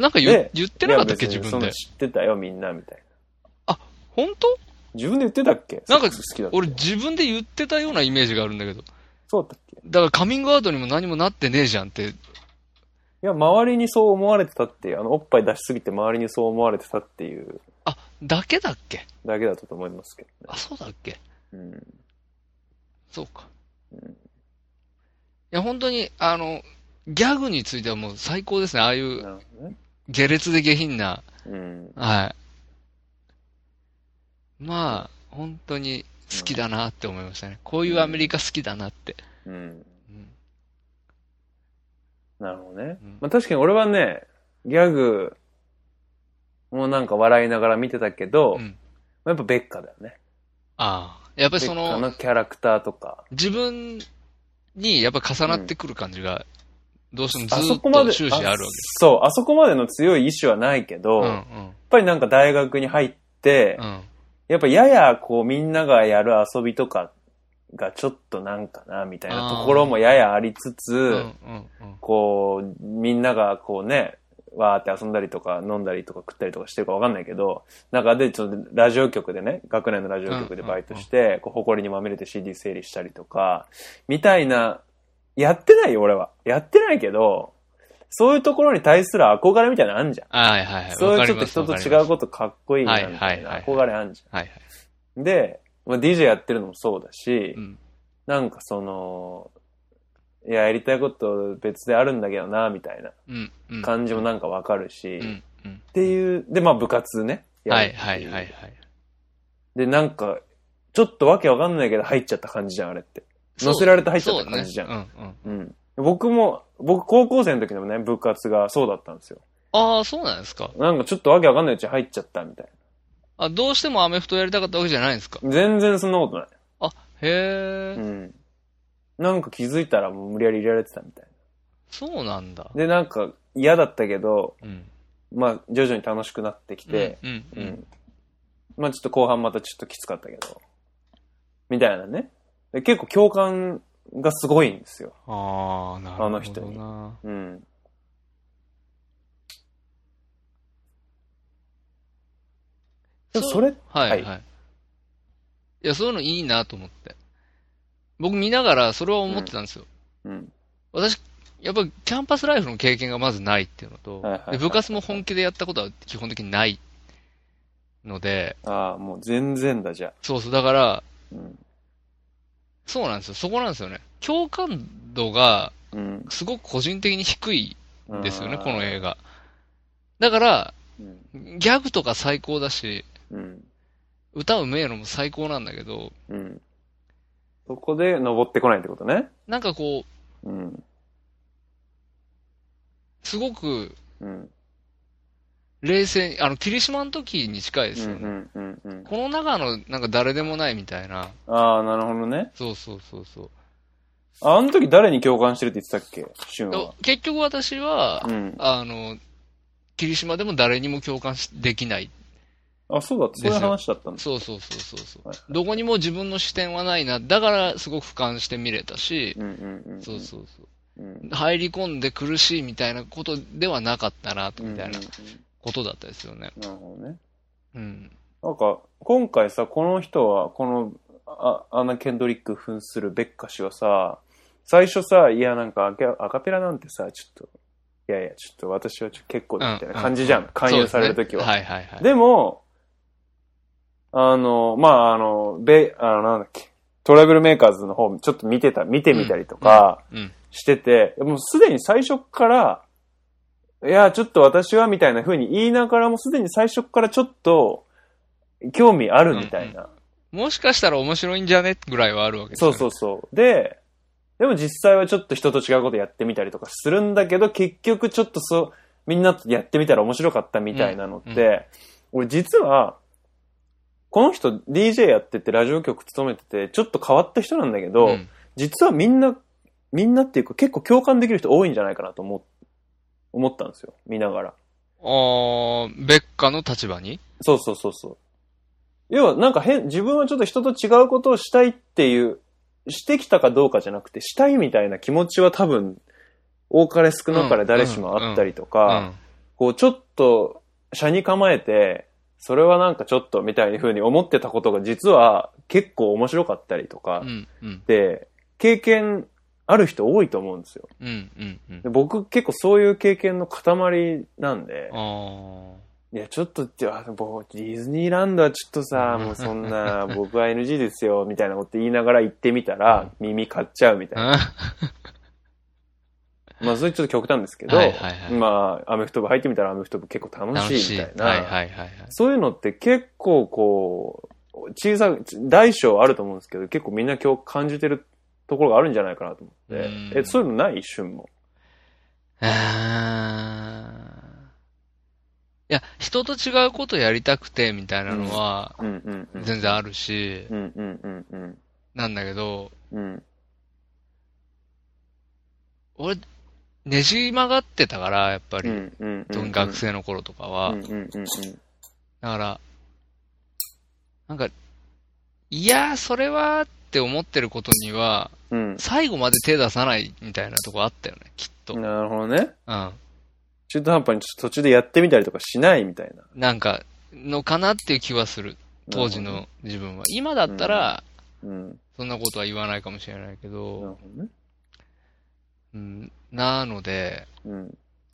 なんか言言ってなかったっけ自分で。その知ってたよ、みんな、みたいな。あ、本当？ 自分で言ってたっけ？ なんか、俺自分で言ってたようなイメージがあるんだけど。 そうだっけ？ だからカミングアウトにも何もなってねえじゃんって。 いや、周りにそう思われてたっていう、あの、おっぱい出しすぎて周りにそう思われてたっていう。 あ、だけだっけ？ だけだったと思いますけどね。 あ、そうだっけ？うん。そうか。うん。いや、本当に、あの、ギャグについてはもう最高ですね。ああいう、ね、下劣で下品な。うん。はい。まあ、本当に好きだなって思いましたね。こういうアメリカ好きだなって。うん。うんなるほどね。うん、まあ確かに俺はね、ギャグもなんか笑いながら見てたけど、うん、やっぱベッカだよね。 ああ。やっぱりその、ベッカのキャラクターとか。 自分にやっぱ重なってくる感じが、どうしてもずっと終始あるわけです。 そう、あそこまでの強い意志はないけど、うんうん、やっぱりなんか大学に入って、うん、やっぱややこうみんながやる遊びとか、がちょっとなんかな、みたいなところもややありつつ、うんうんうん、こう、みんながこうね、わーって遊んだりとか飲んだりとか食ったりとかしてるかわかんないけど、中でちょっとラジオ局でね、学内のラジオ局でバイトして、うんうんうん、こう、埃にまみれて シーディー 整理したりとか、みたいな、やってないよ、俺は。やってないけど、そういうところに対する憧れみたいなのあんじゃん。 はいはいはい。 そういうちょっと人と違うことかっこいいな、みたいな憧れあんじゃん。はいはい。で、まあ、ディージェー やってるのもそうだし、うん、なんかその、いや、やりたいこと別であるんだけどな、みたいな感じもなんかわかるし、うんうん、っていう、で、まあ部活ね。 はいはいはいはい。 で、なんか、ちょっとわけわかんないけど入っちゃった感じじゃん、あれって。乗せられて入っちゃった感じじゃん。うね、うんうん、うん。 僕も、僕高校生の時のね、部活がそうだったんですよ。 ああ、そうなんですか。 なんかちょっとわけわかんないうちに入っちゃったみたいな。 あ、どうしてもアメフトやりたかったわけじゃないんですか。 全然そんなことない。 あ、へえ、 うん。なんか気づいたらもう無理やり入れられてたみたいな。 そうなんだ。 で、なんか嫌だったけど、 うん、 まあ徐々に楽しくなってきて、 うん、うん、うん。 まあちょっと後半またちょっときつかったけど、みたいなね。で結構共感がすごいんですよ。 ああ、なるほどな。 あの人に。うん。それ、 はい、はい、はい。いや、そういうのいいなと思って。僕見ながらそれは思ってたんですよ。うん。うん、私、やっぱりキャンパスライフの経験がまずないっていうのと、で部活も本気でやったことは基本的にないので。 ああ、もう全然だ、じゃあ。 そうそう、だから、うん、そうなんですよ。そこなんですよね。共感度が、すごく個人的に低いんですよね、うん、この映画。だから、うん、ギャグとか最高だし、うん、歌うめえのも最高なんだけど、うん、 そこで登ってこないってことね。 なんかこう、うん、すごく、うん、冷静に、あの、霧島の時に近いですよね。うんうんうんうん、この中の、なんか誰でもないみたいな。 ああ、なるほどね。 そうそうそうそう。 あ、あの時誰に共感してるって言ってたっけ、シュンは。 結局私は、うん、あの、霧島でも誰にも共感できない。 あ、そうだった。そういう話だったんだ。 そうそうそうそうそう、はいはい。どこにも自分の視点はないな。だからすごく俯瞰して見れたし、うんうんうんうん、そうそうそう、うん。入り込んで苦しいみたいなことではなかったな、みたいなことだったですよね。 なるほどね。 うん。 なんか、今回さ、この人は、この、あアナ・ケンドリック扮するベッカ氏はさ、最初さ、いやなんかアカペラなんてさ、ちょっと、いやいや、ちょっと私はちょっと結構だみたいな感じじゃん。うんうん、勧誘されるときは、ね。はいはいはい。でも、あの、まあ、あの、ベ、あの、なんだっけ、トラブルメーカーズの方、ちょっと見てた、見てみたりとかしてて、うんうんうん、もうすでに最初から、いや、ちょっと私はみたいな風に言いながらもすでに最初からちょっと興味あるみたいな。 うんうん、もしかしたら面白いんじゃねぐらいはあるわけですよね。 そうそうそう。で、でも実際はちょっと人と違うことやってみたりとかするんだけど、結局ちょっとそう、みんなとやってみたら面白かったみたいなのって、うんうん、俺実は、この人 ディージェー やっててラジオ局勤めてて、ちょっと変わった人なんだけど、うん、実はみんな、みんなっていうか結構共感できる人多いんじゃないかなと思、思ったんですよ。見ながら。 あー、ベッカの立場に？ そうそうそうそう。要はなんか変、自分はちょっと人と違うことをしたいっていう、してきたかどうかじゃなくて、したいみたいな気持ちは多分、多かれ少なかれ誰しもあったりとか、うんうんうん、こうちょっと、車に構えて、それはなんかちょっとみたいな風に思ってたことが実は結構面白かったりとか、うんうん、で、経験ある人多いと思うんですよ。うんうんうん、で僕結構そういう経験の塊なんで、あいや、ちょっと、じゃあ、もう、ディズニーランドはちょっとさ、もうそんな、僕は エヌジー ですよ、みたいなこと言いながら行ってみたら、耳買っちゃうみたいな。まあ、それちょっと極端ですけど、はいはいはい、まあ、アメフト部入ってみたらアメフト部結構楽しいみたいな。はいはいはいはい、そういうのって結構こう、小さい、大小あると思うんですけど、結構みんな今日感じてるところがあるんじゃないかなと思って。え、そういうのない？一瞬も。 あーいや、人と違うことやりたくて、みたいなのは、全然あるし、なんだけど、うん、俺、ねじ曲がってたから、やっぱり、特に学生の頃とかは。だから、なんか、いや、それはって思ってることには、うん、最後まで手出さないみたいなとこあったよね、きっと。 なるほどね。うん。中途半端に途中でやってみたりとかしないみたいな。 なんか、のかなっていう気はする。当時の自分は。今だったら、うんうん、そんなことは言わないかもしれないけど、なるほどね。うん、なので、うん。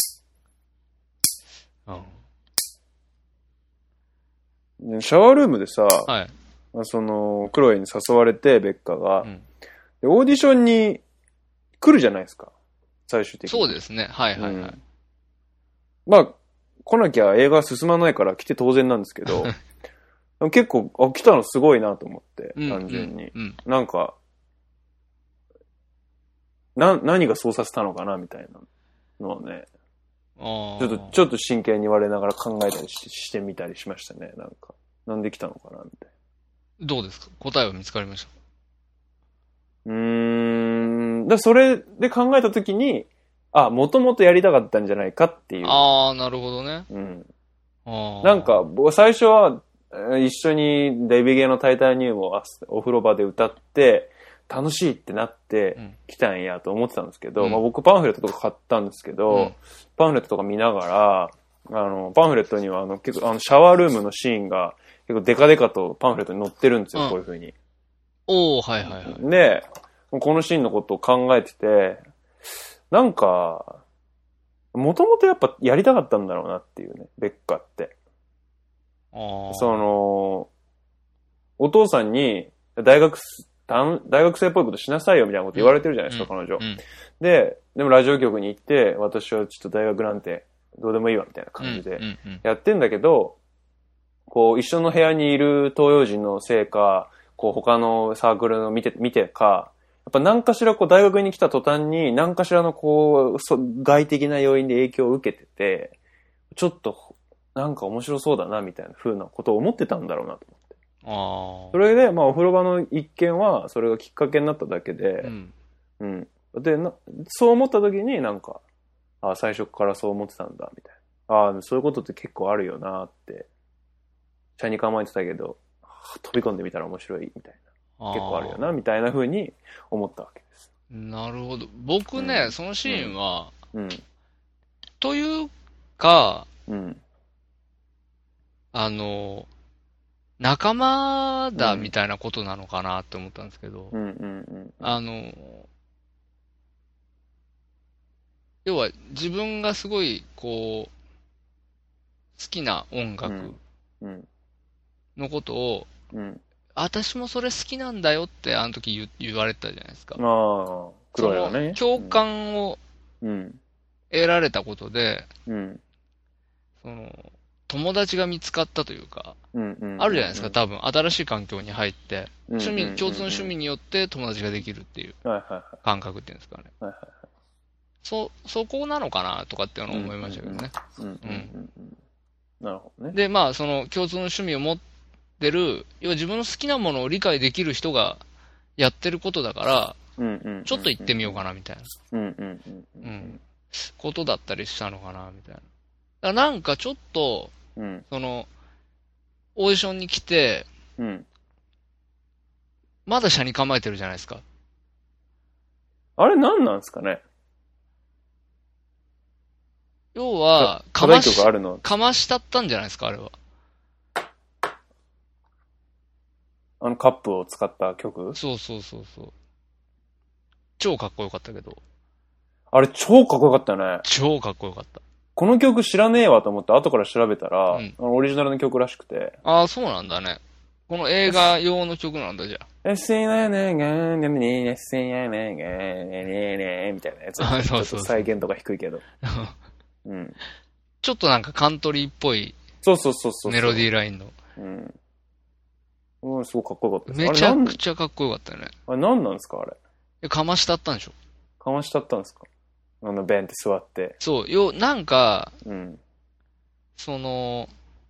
うん、シャワールームでさ、はい、その、クロエに誘われて、ベッカが、うん、で、オーディションに来るじゃないですか。最終的に。 そうですね。はいはいはい。うんまあ、来なきゃ映画進まないから来て当然なんですけど、結構、あ、来たのすごいなと思って、単純に。うんうんうん、なんか、 な、何がそうさせたのかなみたいなのをね、 あちょっと、ちょっと真剣に我ながら考えたりししてみたりしましたね。なんか、なんで来たのかなみたいどうですか？答えは見つかりました？ な。うーん。だそれで考えたときに、あ、もともとやりたかったんじゃないかっていう。 ああ、なるほどね。 うん。 あなんか、僕最初は、一緒にデビゲーのタイタニウムをお風呂場で歌って、楽しいってなって来たんやと思ってたんですけど、うん、まあ僕パンフレットとか買ったんですけど、うん、パンフレットとか見ながら、あの、パンフレットにはあの結構あのシャワールームのシーンが結構デカデカとパンフレットに載ってるんですよ、うん、こういう風に。 おー、はいはいはい。 で、このシーンのことを考えてて、なんか、もともとやっぱやりたかったんだろうなっていうね、ベッカって。 あその、お父さんに大学、大学生っぽいことしなさいよみたいなこと言われてるじゃないですか、うん、彼女、うん。で、でもラジオ局に行って、私はちょっと大学なんてどうでもいいわみたいな感じでやってんだけど、こう一緒の部屋にいる東洋人のせいか、こう他のサークルの見て、見てか、やっぱ何かしらこう大学に来た途端に何かしらのこう外的な要因で影響を受けてて、ちょっとなんか面白そうだなみたいな風なことを思ってたんだろうなと思って。 あそれで、まあ、お風呂場の一件は、それがきっかけになっただけで、 うん。 うん。でな、そう思った時になんか、ああ、最初からそう思ってたんだ、みたいな。ああ、そういうことって結構あるよなって、車に構えてたけど、飛び込んでみたら面白い、みたいな。結構あるよな、みたいな風に思ったわけです。 なるほど。僕ね、うん、そのシーンは、 うん。 というか、 うん。 あの、仲間だみたいなことなのかなって思ったんですけど、 うんうんうん、 あの、要は自分がすごいこう、好きな音楽のことを、 うんうん、 私もそれ好きなんだよってあの時 言, 言われてたじゃないですか。 ああ、黒いよね。 共感を得られたことで、 うん、 その友達が見つかったというか、 うんうんうんうん、 あるじゃないですか、多分。新しい環境に入って、趣味、共通の趣味によって友達ができるっていう感覚っていうんですかね。 はいはいはい、 そ、そこなのかなとかっていうのを思いましたけどね。 うん。なるほどね。 で、まあ、その共通の趣味を持ってる、要は自分の好きなものを理解できる人がやってることだから、ちょっと行ってみようかなみたいな。うん。ことだったりしたのかなみたいな。だからなんかちょっと、 うん、 その、オーディションに来て、 うん、 まだ車に構えてるじゃないですか。 あれ何なんですかね。 要は、 かまし、 かましたったんじゃないですか、あれは。 あのカップを使った曲？ そうそうそうそう。超かっこよかったけど。 あれ超かっこよかったね。 超かっこよかった。 この曲知らねえわと思って後から調べたら、うん、あのオリジナルの曲らしくて。 ああ、そうなんだね。この映画用の曲なんだ、じゃあ。エッセイナーネーガーネミエッセイナーネーガーネーネーみたいなやつ。 あ、そうそうそう。 ちょっと再現とか低いけど。うん。 ちょっとなんかカントリーっぽい。 そうそうそうそう。 メロディーラインの。 うん。うん、すごいかっこよかったです。めちゃくちゃかっこよかったよね。 あれ何なんですか、あれ。 え、かましたったんでしょ？ かましたったんですか？あの、ベンって座って。 そう、よ、なんか、 うん。 その、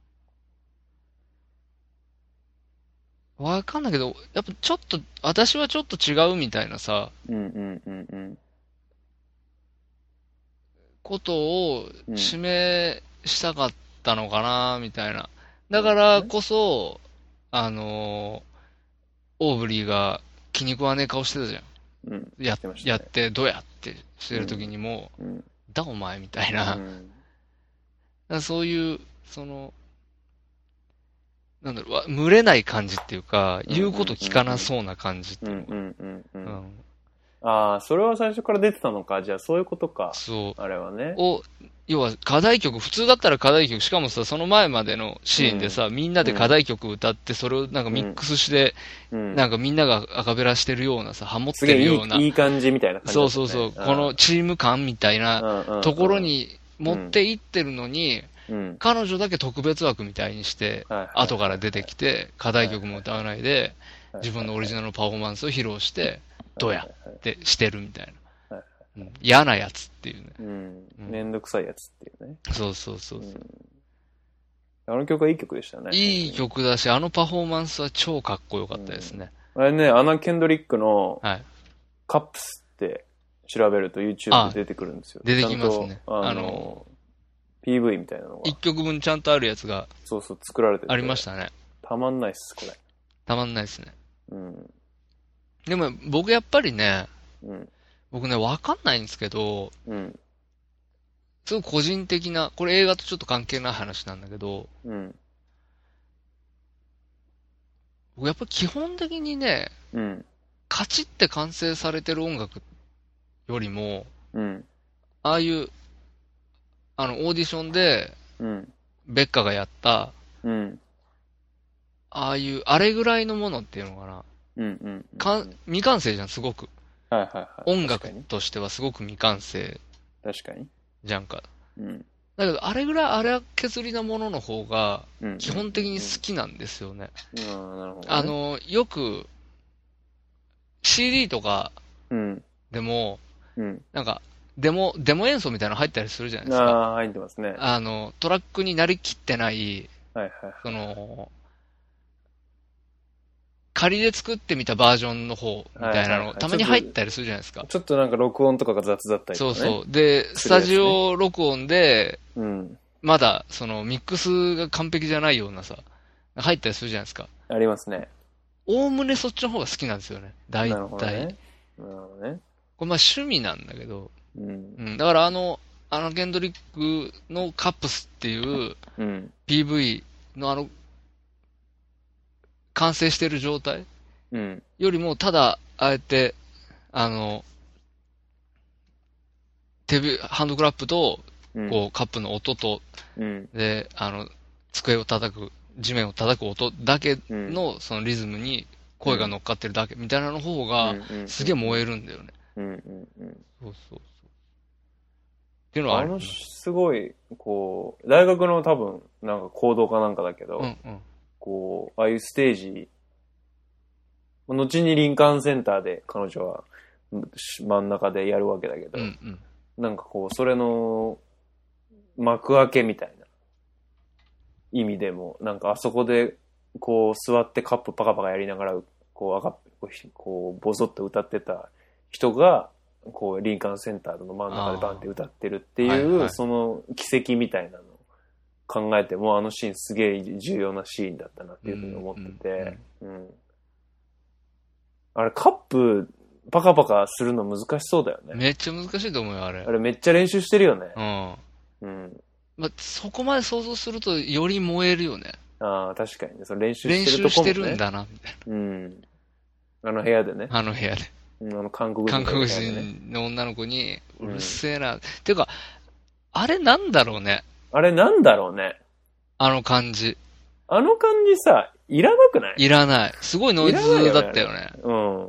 わかんないけど、やっぱちょっと、私はちょっと違うみたいなさ、 うんうんうんうん。 ことを示したかったのかな、みたいな。だからこそ、うん、あの、オーブリーが気に食わねえ顔してたじゃん。 うん、 やってましたね、やって、どうやってしてる時にも、 うん、 だお前みたいな。うん、だそういう、その、なんだろう、群れない感じっていうか、言うこと聞かなそうな感じっていうか。ああ、それは最初から出てたのか。じゃあそういうことか。 そう。 あれはね。 を、要は課題曲、普通だったら課題曲、しかもさ、その前までのシーンでさ、うん、みんなで課題曲歌って、それをなんかミックスして、うん、なんかみんながアカペラしてるようなさ、ハモってるような。 いい、いい感じみたいな感じ、ね。 そうそうそう。このチーム感みたいなところに持っていってるのに、うん、彼女だけ特別枠みたいにして、後から出てきて、課題曲も歌わないで、自分のオリジナルのパフォーマンスを披露して、どうやってしてるみたいな。 うん、嫌なやつっていうね。 うん。めんどくさいやつっていうね。 そうそうそうそう、うん。 あの曲はいい曲でしたね。 いい曲だし、あのパフォーマンスは超かっこよかったですね。 うん、あれね、アナ・ケンドリックの、 はい。 カップスって調べると YouTube で出てくるんですよ。 出てきますね。 あの、あの ピーブイ みたいなのが。 一曲分ちゃんとあるやつが。 そうそう、作られてて。 ありましたね。 たまんないっす、これ。 たまんないっすね。 うん。 でも、僕やっぱりね、 うん、 僕ね、わかんないんですけど、 うん。 すごい個人的な、これ映画とちょっと関係ない話なんだけど、 うん。 僕やっぱり基本的にね、 うん。 カチって完成されてる音楽よりも、 うん。 ああいう、あの、オーディションで、 うん。 ベッカがやった、 うん。 ああいう、あれぐらいのものっていうのかな。 うんうん、うん。 かん、未完成じゃん、すごく。 はいはいはい。 音楽としてはすごく未完成。 確かに。 じゃんか。 うん。 だけど、あれぐらい荒削りなものの方が、 うん、 基本的に好きなんですよね。 うん、うん、なるほど、ね。 あの、よく、シーディー とか、でも、 うん、 なんか、デモ、デモ演奏みたいなの入ったりするじゃないですか。 ああ、入ってますね。 あの、トラックになりきってない、 はいはい、はい。 その、仮で作ってみたバージョンの方みたいなの、たまに入ったりするじゃないですか。 ちょっとなんか録音とかが雑だったりとか、ね。 そうそう。で、スタジオ録音で、 うん、 まだ、その、ミックスが完璧じゃないようなさ、入ったりするじゃないですか。 ありますね。 おおむねそっちの方が好きなんですよね。大体。なるほどね。 なるほどね。 これまあ趣味なんだけど、 うん、 うん。だからあの、あのケンドリックのカップスっていう ピーブイ のあの、完成してる状態、うん、よりも、ただ、あえて、あの、手び、ハンドクラップと、こう、カップの音と、うん、で、あの、机を叩く、地面を叩く音だけの、そのリズムに声が乗っかってるだけみたいなの方が、すげえ燃えるんだよね。うんうんうん。そうそうそう。っていうのはある、ね、あの、 すごい、こう、大学の多分、なんか行動かなんかだけど、うんうん、こう、ああいうステージ、後にリンカーンセンターで彼女は真ん中でやるわけだけど、うんうん、なんかこう、それの幕開けみたいな意味でも、なんかあそこでこう座ってカップパカパカやりながら、こう、赤こう、ボソッと歌ってた人が、こう、リンカーンセンターの真ん中でバンって歌ってるっていう、はいはい、その奇跡みたいなのを考えても、あのシーンすげえ重要なシーンだったなっていうふうに思ってて、うんうんうん、あれカップパカパカするの難しそうだよね。 めっちゃ難しいと思うよ、あれ。 あれめっちゃ練習してるよね。 うん。うん。まあ、そこまで想像するとより燃えるよね。 ああ、確かにね。その練習してるとこも、ね、 練習してるんだな、みたいな。 うん。あの部屋でね。 あの部屋で。 うん、あの韓国人、 ね、韓国人の女の子に、うるせえな。うん、ていうか、あれなんだろうね。 あれなんだろうね。 あの感じ。 あの感じさ、いらなくない？ いらない。すごいノイズだったよね。 うん。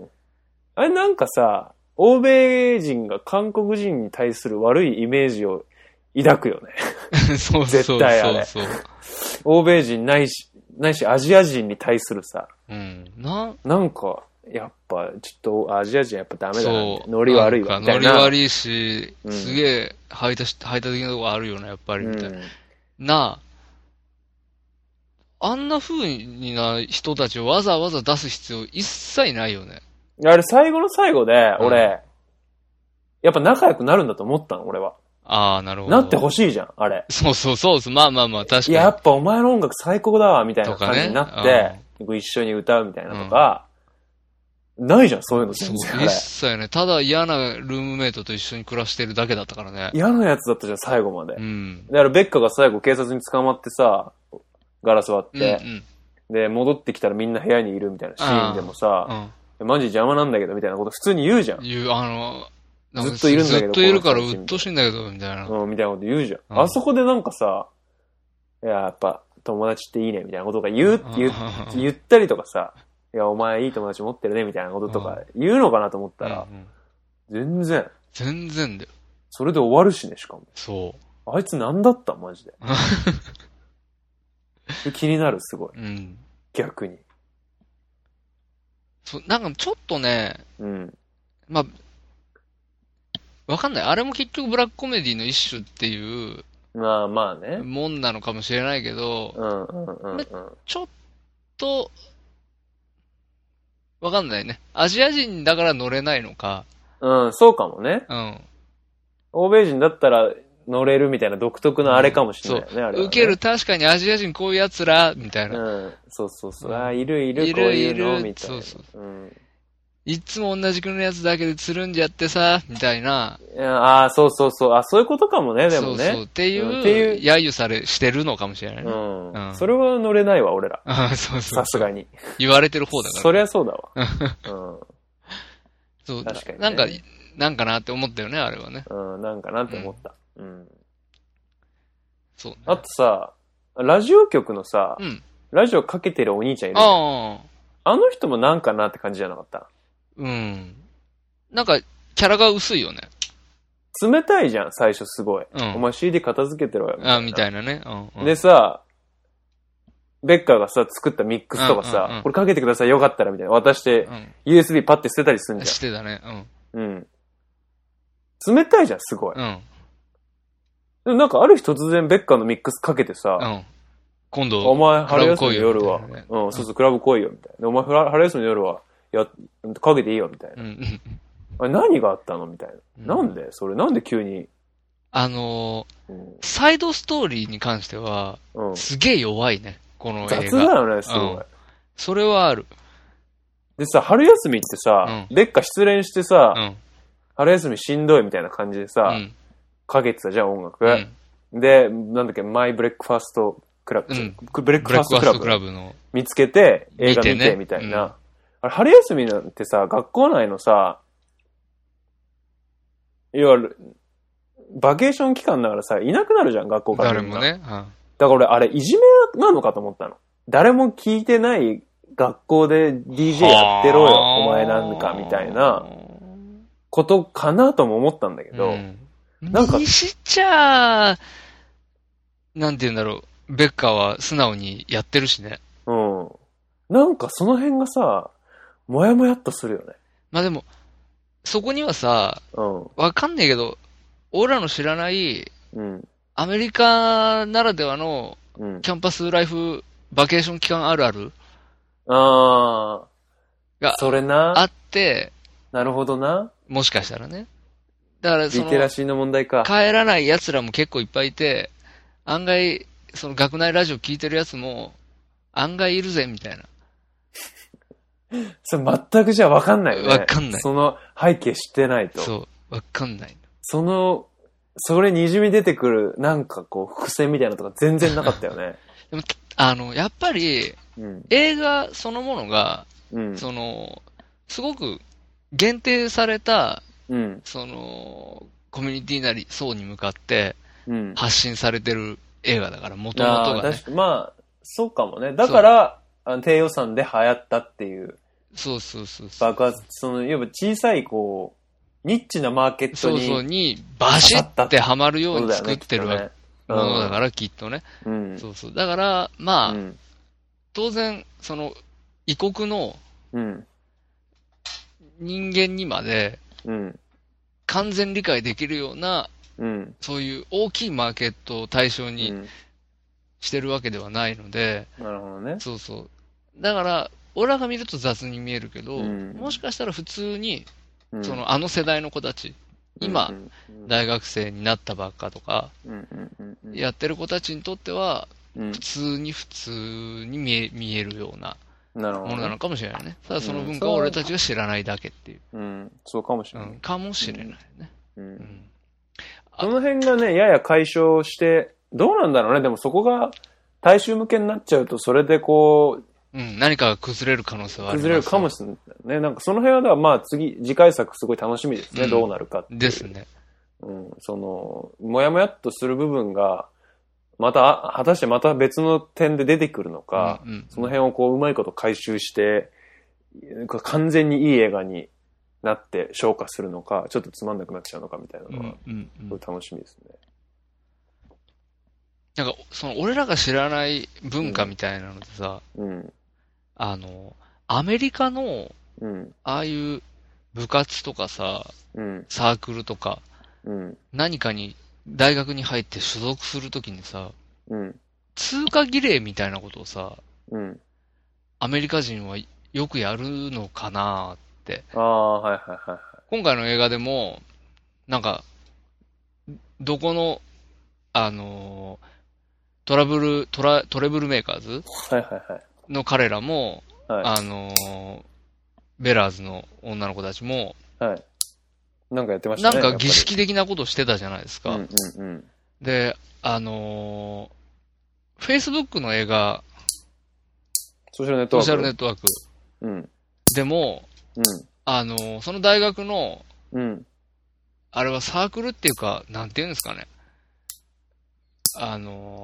あれなんかさ、欧米人が韓国人に対する悪いイメージを抱くよね。 そうそうそうそう。絶対あれ。 欧米人ないし、ないしアジア人に対するさ。 うん。な、 なんか、やっぱ、ちょっとアジア人やっぱダメだな。ノリ悪いわ。みたいな。 ノリ悪いし、うん、すげえ排他し、排他的なとこあるよね、やっぱり、みたいな。うん、なあ、あんな風な人たちをわざわざ出す必要一切ないよね。 あれ最後の最後で、俺、うん、やっぱ仲良くなるんだと思ったの、俺は。 ああ、なるほど。 なってほしいじゃん、あれ。 そうそうそう、まあまあまあ、確かに。 やっぱお前の音楽最高だわ、みたいな感じになって、ね、一緒に歌うみたいなとか、うん、ないじゃん、そういうの全然。 一切ね。ただ嫌なルームメイトと一緒に暮らしてるだけだったからね。 嫌なやつだったじゃん、最後まで。うん。だからベッカが最後警察に捕まってさ、ガラス割って、うんうん、で、戻ってきたらみんな部屋にいるみたいなシーンでもさ、うん、マジ邪魔なんだけどみたいなこと普通に言うじゃん。 言う、あの、 ずっといるんだけど。 ずっといるから鬱陶しいんだけど、みたいな。 うん、みたいなこと言うじゃん。うん、あそこでなんかさ、いや、やっぱ友達っていいね、みたいなことが言う、言, 言ったりとかさ、いや、お前いい友達持ってるね、みたいなこととか言うのかなと思ったら、うんうん、全然。 全然だよ。 それで終わるしね、しかも。 そう。 あいつ何だったマジで。気になる、すごい。うん。逆に。 そう、なんかちょっとね、うん。まあ、 わかんない。あれも結局ブラックコメディの一種っていうまあまあね。 もんなのかもしれないけど、 うんうんうんうん。 ちょっと、わかんないね。アジア人だから乗れないのか。 うん、そうかもね。 うん。 欧米人だったら乗れるみたいな独特のあれかもしれないよね、 そうあれは、ね。 受ける、確かにアジア人こういう奴ら、みたいな。 うん、そうそうそう。 うんああ、いるいる、 いこうるいうの、 いるみたいな。 そうそううん。 いつも同じ国のやつだけでつるんじゃってさ、みたいな。 いやああ、そうそうそう。あ、そういうことかもね、でもね。 そうそう。っていう、 うんっていう揶揄され、してるのかもしれないね。 うん。 うんそれは乗れないわ、俺ら。 ああそうそう。 さすがに。 言われてる方だから。 そりゃそうだわ。 そう。 確かにねなんか、なんかなって思ったよね、あれはね。 うん。うん、なんかなって思った。うん。 そうね。 あとさ、ラジオ局のさ、 うん。 ラジオかけてるお兄ちゃんいるじゃん。 ああ。 あの人もなんかなって感じじゃなかった？ うん。なんか、キャラが薄いよね。 冷たいじゃん、最初すごい。 うんお前 シーディー 片付けてろよ。 あみたいなね。うんうん、 でさ、ベッカーがさ、作ったミックスとかさ、 うんうんうんこれかけてください、よかったら、みたいな。渡して、 うん、 ユーエスビー パッて捨てたりすんじしてたね。 ゃん。うん。冷たいじゃん、すごい。 うん。うん。 でもなんかある日突然ベッカーのミックスかけてさ、 うん。今度、 お前、春休みの夜は、 クラブ来いよみたいなねうん、そうそう、クラブ来いよ、みたいな。でお前、春休みの夜は、や、かけていいよ、みたいな。 うんうん。 あれ何があったのみたいうんな。なんでそれ、なんで急に。 あのーうんサイドストーリーに関しては、 うん、 すげえ弱いね。この映画。 雑だよね、すごい。 うんそれはある。 でさ、春休みってさ、 うベッカ失恋してさ、 うん。 春休みしんどいみたいな感じでさ、 うん。 かけてたじゃん、音楽。 うん。 で、なんだっけ、マイブレックファーストクラブ、 うんブレックファーストクラブレックファーストクラブブの。 見つけて、映画見て、 見てねみたいな。 うんあれ、春休みなんてさ、学校内のさ、いわゆる、バケーション期間だからさ、いなくなるじゃん、学校から。 誰もね。うんだから俺、あれ、いじめなのかと思ったの。誰も聞いてない学校で ディージェー やってろよ、お前なんか、みたいなことかなとも思ったんだけど、 うんなんかにしちゃ、なんて言うんだろう。ベッカーは素直にやってるしね。 うん。なんかその辺がさ、もやもやっとするよね。 まあでも、そこにはさ、 うん。 わかんないけど、俺らの知らない、 うん。 アメリカならではのうん。 キャンパスライフバケーション期間あるあるあー。 がそれな。 あって、 なるほどな。 もしかしたらね。だからその、 リテラシーの問題か。 帰らない奴らも結構いっぱいいて、案外、その学内ラジオ聞いてる奴も、案外いるぜ、みたいな。 それ全くじゃわかんないよね。 わかんないその背景知ってないと。 そう、わかんない。 その、それにじみ出てくる、なんかこう、伏線みたいなのとか全然なかったよね。 でも、あの、やっぱり、 うん。 映画そのものが、 うん。 その、すごく限定された、 うん。 その、コミュニティなり層に向かってうん。 発信されてる映画だから、もともとああ、 がね。 確かまあ、そうかもね。だから、あの低予算で流行ったっていうそうそうそうそう。 爆発、その、いわば小さい、こう、ニッチなマーケットに。 そうそう、に、バシッてはまるように作ってるわねものだから、きっとね。 うん。 そうそう。だから、まあ、 うん。 当然、その、異国のうん。 人間にまでうん。 完全理解できるような、 うん。 そういう大きいマーケットを対象にうんしてるわけではないので、 なるほどね。 そうそう。だから、俺らが見ると雑に見えるけど、 うんもしかしたら普通に、 うんその、あの世代の子たち、今、 うん大学生になったばっかとか、 うんうんうんうんやってる子たちにとっては、 うん普通に普通に見え見えるようななるほどね。 ものなのかもしれないね。ただその文化を俺たちが知らないだけっていう。 うん。そうかもしれない。 うん、かもしれないね。 う。 うんん。 その辺がね、やや解消して、どうなんだろうね。でもそこが大衆向けになっちゃうと、それでこう、 うん、何かが崩れる可能性はあります。 崩れるかもしれないね。なんかその辺は、だからまあ次、次回作すごい楽しみですね。 うんどうなるかっていう。 ですね。 うん。その、もやもやっとする部分が、また、果たしてまた別の点で出てくるのか、 うんうんその辺をこう、うまいこと回収して、完全にいい映画になって消化するのか、ちょっとつまんなくなっちゃうのかみたいなのは、 うんうんうんすごい楽しみですね。 なんか、その、俺らが知らない文化みたいなのでさ、 うん。 あの、アメリカの、 うん。 ああいう部活とかさ、 うん。 サークルとか、 うん。 何かに、大学に入って所属するときにさ、 うん。 通過儀礼みたいなことをさ、 うん。 アメリカ人はよくやるのかなって。 ああ、はいはいはいはい。 今回の映画でも、なんか、どこの、あのートラブル、トラ、トレブルメーカーズはいはいはい。 の彼らも、 はいあのーベラーズの女の子たちも、 はい。なんかやってましたね。 なんか儀式的なことしてたじゃないですか。 うんうんうん。 で、あのー、Facebook の映画、 ソーシャルネットワーク。 ソーシャルネットワークうん。 でも、 うん。 あのー、その大学の、 うん。 あれはサークルっていうか、なんていうんですかね。あの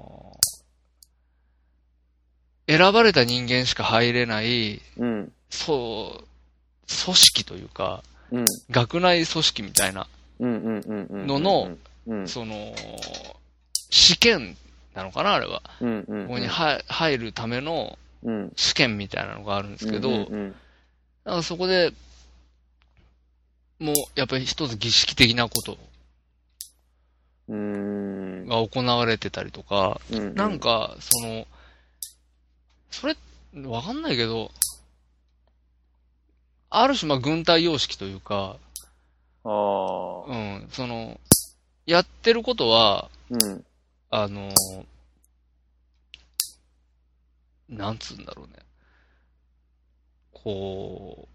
ー、選ばれた人間しか入れない、 うん。 そう、組織というか、 うん。 学内組織みたいなうんうんうんうん。 のの、 うん。 その、試験なのかな、あれは。 うんうんうん。 ここには入るためのうん。 試験みたいなのがあるんですけど、 うんうんなんかそこで、もう、やっぱり一つ儀式的なことうん。 が行われてたりとか、 うんうん。 なんか、その、それ、わかんないけど、ある種、まあ、軍隊様式というか、 ああ。 うん、その、やってることは、 うん。 あの、なんつうんだろうね。こ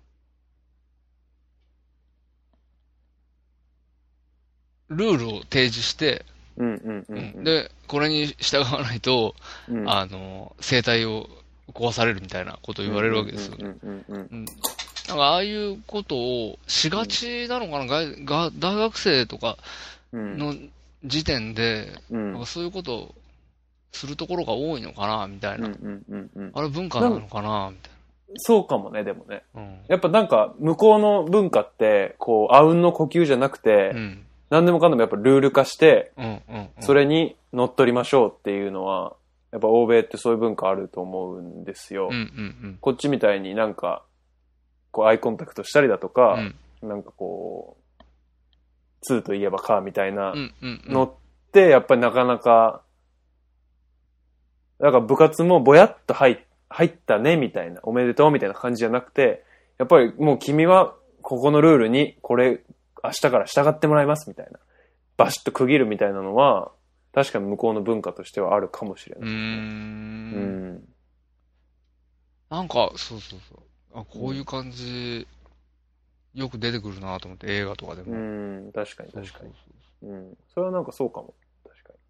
う、ルールを提示して、 うんうんうんうん。 で、これに従わないと、 うん、 あの、生態を壊されるみたいなことを言われるわけですよね。 うんうんうんうん。 なんかああいうことをしがちなのかな、がが大学生とかの時点で、 うん、 なんかそういうことをするところが多いのかな、みたいな。 うんうんうんうん、 あれ文化なのかな、みたいそうかもね、でもね。 な。うん、 やっぱなんか、向こうの文化って、こう、あうんの呼吸じゃなくて、うん、何でもかんでもやっぱルール化して、うんうんうん、それに乗っ取りましょうっていうのは、やっぱ欧米ってそういう文化あると思うんですよ。うんうんうん、こっちみたいになんか、こう、アイコンタクトしたりだとか、うん、なんかこう、ツーといえばかみたいなのって、やっぱりなかなか、なんか部活もぼやっと入入ったねみたいな、おめでとうみたいな感じじゃなくて、やっぱりもう君はここのルールにこれ明日から従ってもらいますみたいな、バシッと区切るみたいなのは、確かに向こうの文化としてはあるかもしれない、ね。うーん。うん。 なんか、そうそうそう。あ、こういう感じ、よく出てくるなと思って、映画とかでも。 うん、確かに確かに。うん。それはなんかそうかも。確か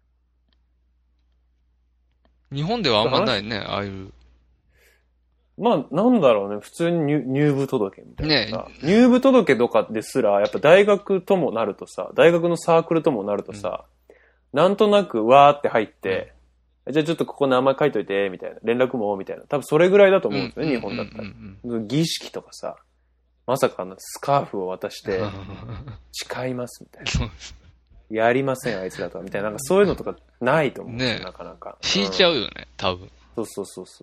に。日本ではあんまないね、ああいう。 まあ、なんだろうね。普通に入入部届みたいなさ。ね、入部届とかですら、やっぱ大学ともなるとさ、大学のサークルともなるとさ、うん、なんとなくわーって入って、うん、じゃあちょっとここ名前書いといて、みたいな。連絡も、みたいな。多分それぐらいだと思うんですよね、日本だったら。儀式とかさ、まさかのスカーフを渡して、誓いますみたいな。やりません、あいつらとか、みたいな。なんかそういうのとかないと思うんですよ、ね、なかなか。 引いちゃうよね、多分。 そうそうそうそう。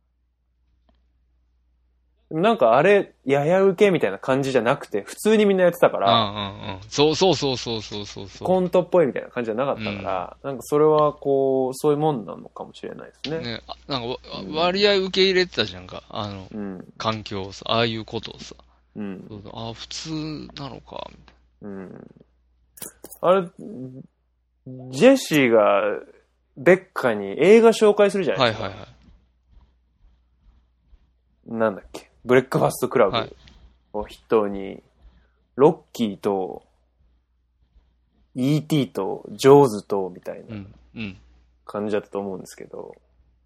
なんかあれ、やや受けみたいな感じじゃなくて、普通にみんなやってたから、 うんうんうん、そうそうそうそうそうそうそう。 コントっぽいみたいな感じじゃなかったから、うん、なんかそれはこう、そういうもんなのかもしれないですね。ね、 なんか割合受け入れてたじゃんか、あの、うん、環境をさ、ああいうことをさ。うん、そうそう、ああ、普通なのか、みたいな。うん。 あれ、ジェシーがベッカに映画紹介するじゃないですか。はいはいはい。なんだっけ。ブレックファストクラブを筆頭に、はい、ロッキーと、イーティー と、ジョーズと、みたいな感じだったと思うんですけど、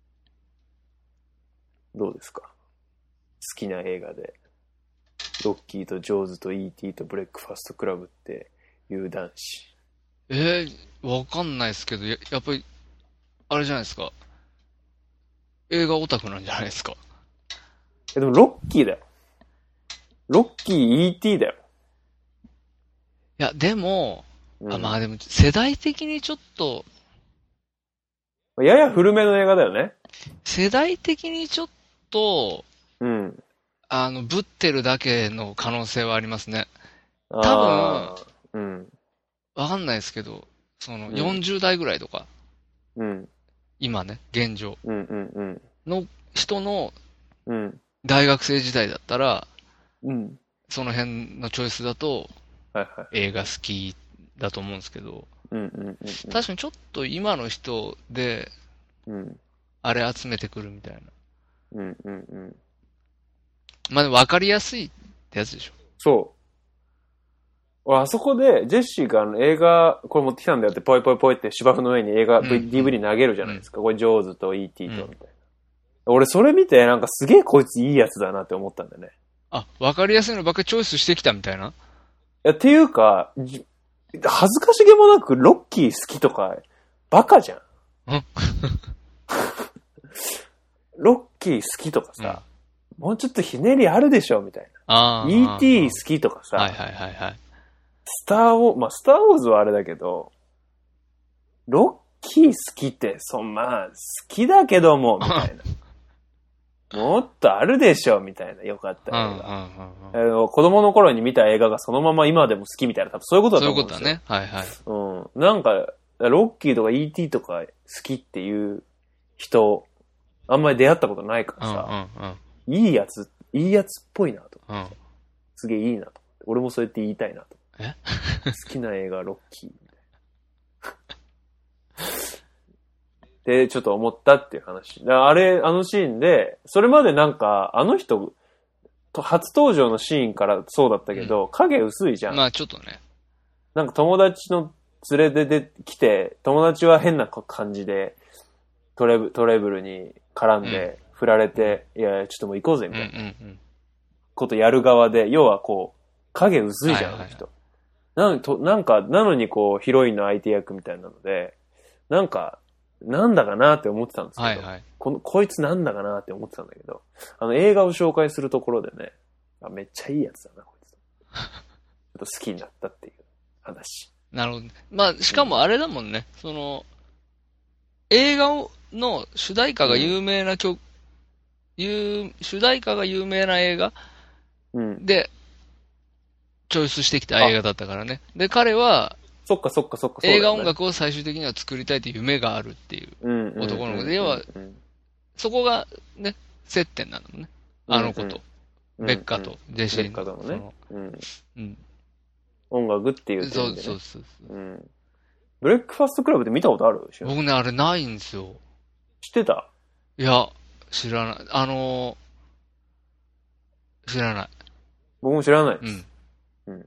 どうですか？好きな映画で、ロッキーとジョーズと イーティー とブレックファストクラブっていう男子。 えー、わかんないですけど、や、やっぱり、あれじゃないですか。映画オタクなんじゃないですか。 でもロッキーだよ。ロッキー イーティー だよ。 いや、でも、うん、あまあでも世代的にちょっと、 やや古めの映画だよね。 世代的にちょっと、 うん。 あの、ぶってるだけの可能性はありますね。多分、 うん。 わかんないですけど、そのうんよんじゅう代ぐらいとか、 うん。 今ね、現状うんうんうん。 の人のうん。 大学生時代だったら、 うん。 その辺のチョイスだとはいはい。 映画好きだと思うんですけど、 うんうんうんうん。 確かにちょっと今の人で、 うん。 あれ集めてくるみたいな。 うんうんうん。 まあでも分かりやすいってやつでしょ。 そう。俺、あそこで、ジェシーがあの映画、これ持ってきたんだよって、ポイポイポイって芝生の上に映画、 うんディーブイディー 投げるじゃないですか。これ、ジョーズと イーティー と、みたいな。俺、それ見て、なんかすげえこいついいやつだなって思ったんだよね。 あ、分かりやすいのばっかりチョイスしてきたみたいな。 いや、っていうか、じ恥ずかしげもなく、ロッキー好きとか、バカじゃん。 んロッキー好きとかさ、もうちょっとひねりあるでしょ、みたいああ。 な。イーティー 好きとかさ、 はいはいはいはい。 スターウォー、まあ、スターウォーズはあれだけど、ロッキー好きって、そん、まあ、好きだけども、みたいな。もっとあるでしょ、みたいな。よかった映画。 うんうんうんうん。 あの子供の頃に見た映画がそのまま今でも好きみたいな、多分そういうことだそうと思うんですよ。 いうことだね。はいはい。 うん。なんか、ロッキーとか イーティー とか好きっていう人、あんまり出会ったことないからうんさ、 うんうん。 いいやつ、いいやつっぽいなと。 うん。 すげえいいなと。俺もそうやって言いたいなと。 え好きな映画ロッキーみたいな。で、ちょっと思ったっていう話。だからあれ、あのシーンで、それまでなんか、あの人、と初登場のシーンからそうだったけど、影薄いじゃん。 まあちょっとね。 なんか友達の連れで出てきて、友達は変な感じで、トレブトレブルに絡んで、振られて、いやいや、ちょっともう行こうぜ、みうんたいなうんうん。 ことやる側で、要はこう、影薄いじゃん、 はいはいはいあの人。なのとなんか、なのにこう、ヒロインの相手役みたいなので、なんか、なんだかなって思ってたんですけど、 はいはい。 この、こいつなんだかなって思ってたんだけど、あの映画を紹介するところでね、あめっちゃいいやつだな、こいつ。ちょっと好きになったっていう話。 なるほどね。まあしかもあれだもんね。その、映画の主題歌が有名な曲、有主題歌が有名な映画うん。 で、チョイスしてきた映画だったからね。で、彼は、 そっかそっかそっか、そうだよね映画音楽を最終的には作りたいという夢があるっていう。 うんうんうんうん男の子で要はそこがね、接点なのね。あの子と、 うんベッカとジェシーの。 ベッカとのねそのうん。 うん。 音楽っていうそう点でね。 そうそう。 うん。ブレックファストクラブって見たことある？知僕ね、あれないんですよ。 ってた？ いや、知らない。あのー、知らない。 僕も知らないでうす。 ん。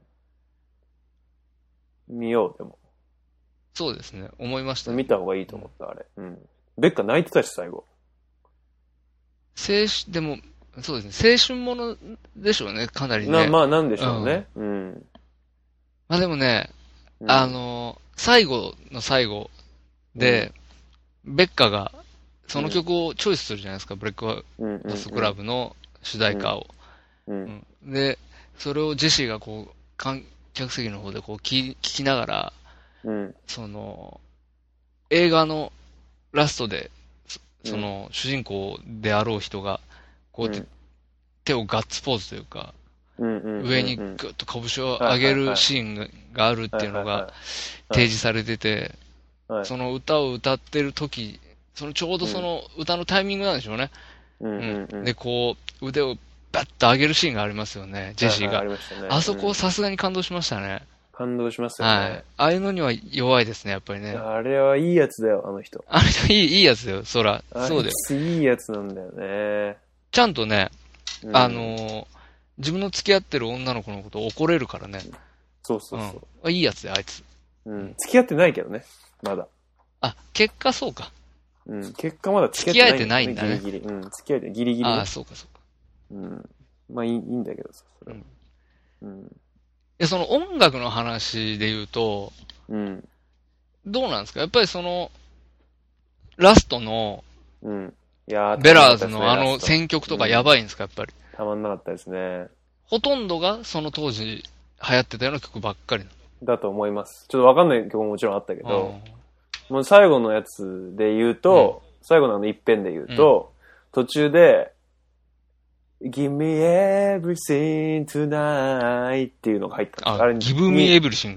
見よう、でも。 そうですね。思いましたね。 見た方がいいと思った、あれ。うん。ベッカ泣いてたし、最後。 青春、でも、そうですね。青春ものでしょうね、かなりね。 な、まあ、なんでしょうね。うん。 まあでもね、 うんあ、のー、最後の最後で、ベッカが、その曲をチョイスするじゃないですか、ブレックフうんァストクラブの主題歌を。 う。 うんんで、それをジェシーがこう、観客席の方でこう聞聞きながら、 うん。 その、映画のラストで、そその、主人公であろう人が、こうやって手をガッツポーズというか、 うんうん。 上にグッと拳を上げるシーンががあるっていうのが提示されてて、 はい、 その歌を歌ってる時、そのちょうどその歌のタイミングなんでしょうね。 うんうんうん、 で、こう、腕をバッと上げるシーンがありますよね、ジェシーが。 はいはい、ありましたね。 あそこさすがに感動しましたね。 感動しますよね。 はい。ああいうのには弱いですね、やっぱりね。 あれはいいやつだよ、あの人。 あれいい、いいやつだよ、そら。そうだよ。 あいついいやつなんだよね。 ちゃんとね、 うん、 あのー、自分の付き合ってる女の子のことを怒れるからね。 そうそうそう。 うん、いいやつだよ、あいつ。 うん。付き合ってないけどね、まだ。 あ、結果そうか。 うん。結果まだ付き合えてないんだね。 ギリギリ。うん。付き合えてギリギリ、ね。 ああ、そうかそうか。 うん。まあいいいいんだけどさ、それは。うん。うん、 で、その音楽の話で言うと、 うん。 どうなんですかやっぱりその、ラストの、 うん。いやベラーズのあの選曲とかやばいんですか、やっぱり。 たまんなかったですね。 ほとんどがその当時流行ってたような曲ばっかりだと思います。ちょっとわかんない曲ももちろんあったけど、もう最後のやつで言うと、うん、最後のあの一編で言うと、うん、途中で、Give me everything tonight っていうのが入ったんです。 あれ Give me everything。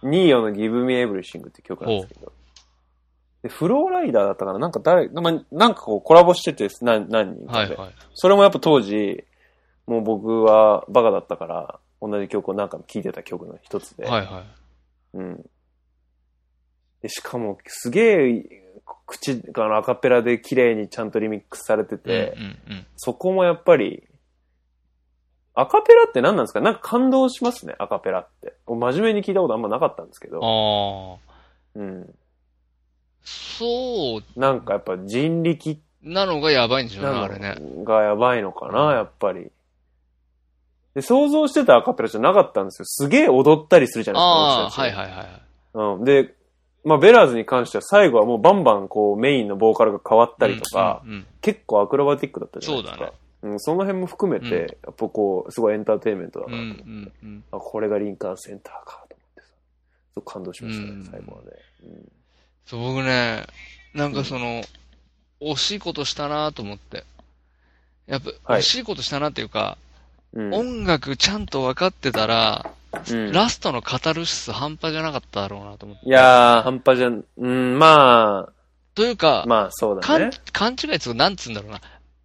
ニーヨの Give Me Everything って曲なんですけど。で、フローライダーだったかななんか誰、ま、なんかこうコラボしてて、何、何人かで。はいはい。それもやっぱ当時、もう僕はバカだったから、同じ曲を何回も聴いてた曲の一つで。はいはい。うん。で、しかも、すげえ、口、あの、アカペラで綺麗にちゃんとリミックスされてて、うんうんうん、そこもやっぱり、アカペラって何なんですか？なんか感動しますね、アカペラって。真面目に聞いたことあんまなかったんですけど。ああ。うん。 そう。 なんかやっぱ人力なのがやばいんでしょうね、あれね。 がやばいのかな、やっぱり。で、想像してたアカペラじゃなかったんですよ。すげえ踊ったりするじゃないですか。ああ、はいはいはい。うん。で、まあ、ベラーズに関しては最後はもうバンバンこうメインのボーカルが変わったりとか、うんうんうん、結構アクロバティックだったじゃないですか。そうだね。うん、その辺も含めて、うん、やっぱこう、すごいエンターテインメントだなと思って、うんうんうん、あ、これがリンカーンセンターかと思ってさ、すごく感動しましたね、うん、最後はね、うん。 そう、僕ね、なんかその、うん、惜しいことしたなと思って。やっぱ、はい、惜しいことしたなっていうか、うん、音楽ちゃんと分かってたら、うん、ラストのカタルシス半端じゃなかっただろうなと思って。 いやー、半端じゃん、うん、まあ。 というか、 まあそうだね。 勘違いつうか、なんつうんだろうな。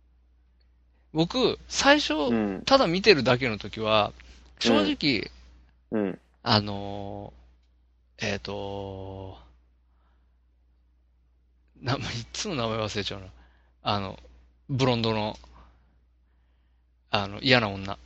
僕、最初、うん、ただ見てるだけの時は、正直、うんうん、あのー、えっ、ー、とー、な、いつも名前忘れちゃうな。あの、ブロンドの、あの、嫌な女。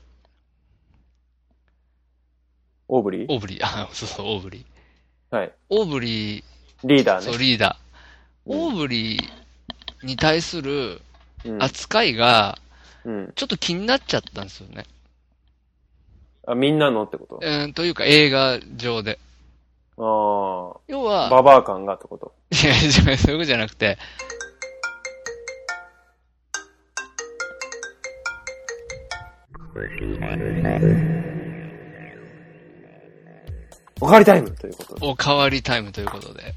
オーブリー？ オーブリー。あ、そうそう、オーブリー。はい。 オーブリー。 リーダーね。 そう、リーダー。うん、オーブリーに対する扱いが、うん、ちょっと気になっちゃったんですよね。 あ、みんなのってこと？ うん、というか映画上で。 ああ。 要は、 ババア感がってこと？ いや、そういうことじゃなくて、 おかわりタイムということで。 おかわりタイムということで。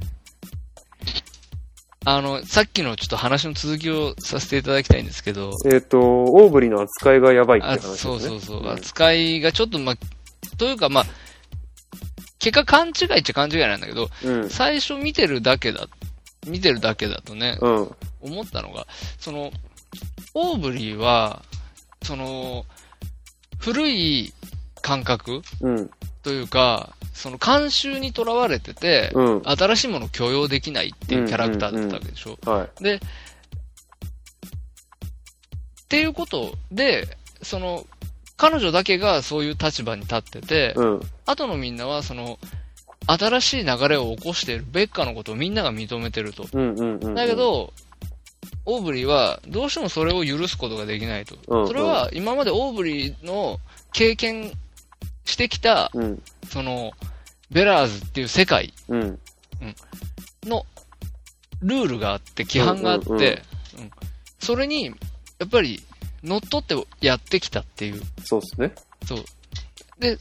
あの、さっきのちょっと話の続きをさせていただきたいんですけど。 えっと、オーブリの扱いがやばいって話ですね。 そうそうそう。うん、扱いがちょっと、ま、というか、ま、結果勘違いっちゃ勘違いなんだけど、うん、最初見てるだけだ、見てるだけだとね、うん、思ったのが、その、オーブリーは、その、古い感覚、うん、というか、その慣習にとらわれてて、うん、新しいものを許容できないっていうキャラクターだったわけでしょ。うんうんうんはい、で、っていうことで、その、彼女だけがそういう立場に立ってて、うん、後のみんなはその、新しい流れを起こしているベッカのことをみんなが認めてると。うんうんうんうん、だけど、オーブリーはどうしてもそれを許すことができないと。うんうん、それは今までオーブリーの経験してきた、うん、その、ベラーズっていう世界、うんうん、のルールがあって、規範があって、うんうんうんうん、それに、やっぱり、乗っ取ってやってきたっていう。 そうですね。 そう。で、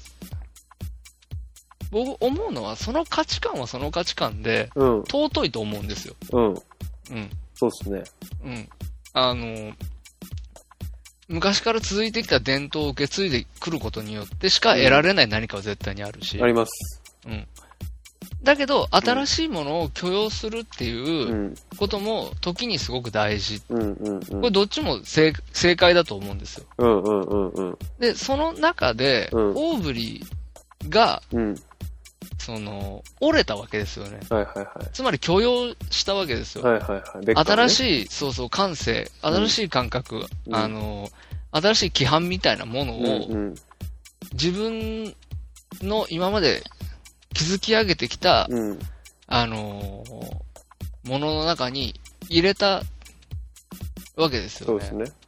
僕思うのは、その価値観はその価値観で、うん、尊いと思うんですよ。うん。うん。 そうですね。 うん。あの、昔から続いてきた伝統を受け継いでくることによってしか得られない何かは絶対にあるし。 あります。 うん。だけど、新しいものを許容するっていうことも時にすごく大事。うんうんうん、これどっちも 正, 正解だと思うんですよ。うんうんうんうん、で、その中で、うん、オーブリーが、うん、その、折れたわけですよね。はいはいはい。つまり許容したわけですよ。はいはいはい。ね、新しい、そうそう、感性、新しい感覚、うん、あの、新しい規範みたいなものを、うんうん、自分の今まで築き上げてきた、うん、あのー、ものの中に入れたわけですよね。そうですね。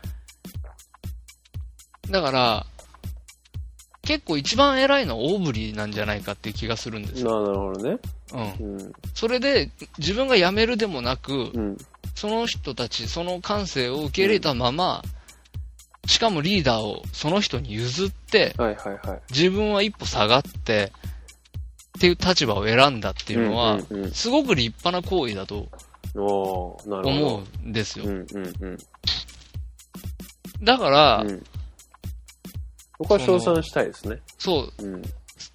うん。だから、結構一番偉いのはオーブリーなんじゃないかっていう気がするんですよ。 なるほどね。 うん。うん、それで、自分が辞めるでもなく、うん、その人たち、その感性を受け入れたまま、うん、しかもリーダーをその人に譲って、はいはいはい、自分は一歩下がって、っていう立場を選んだっていうのは、うんうんうん、すごく立派な行為だと思うんですよ。うんうんうん、だから、うん、 僕は称賛したいですね。 そう、うん。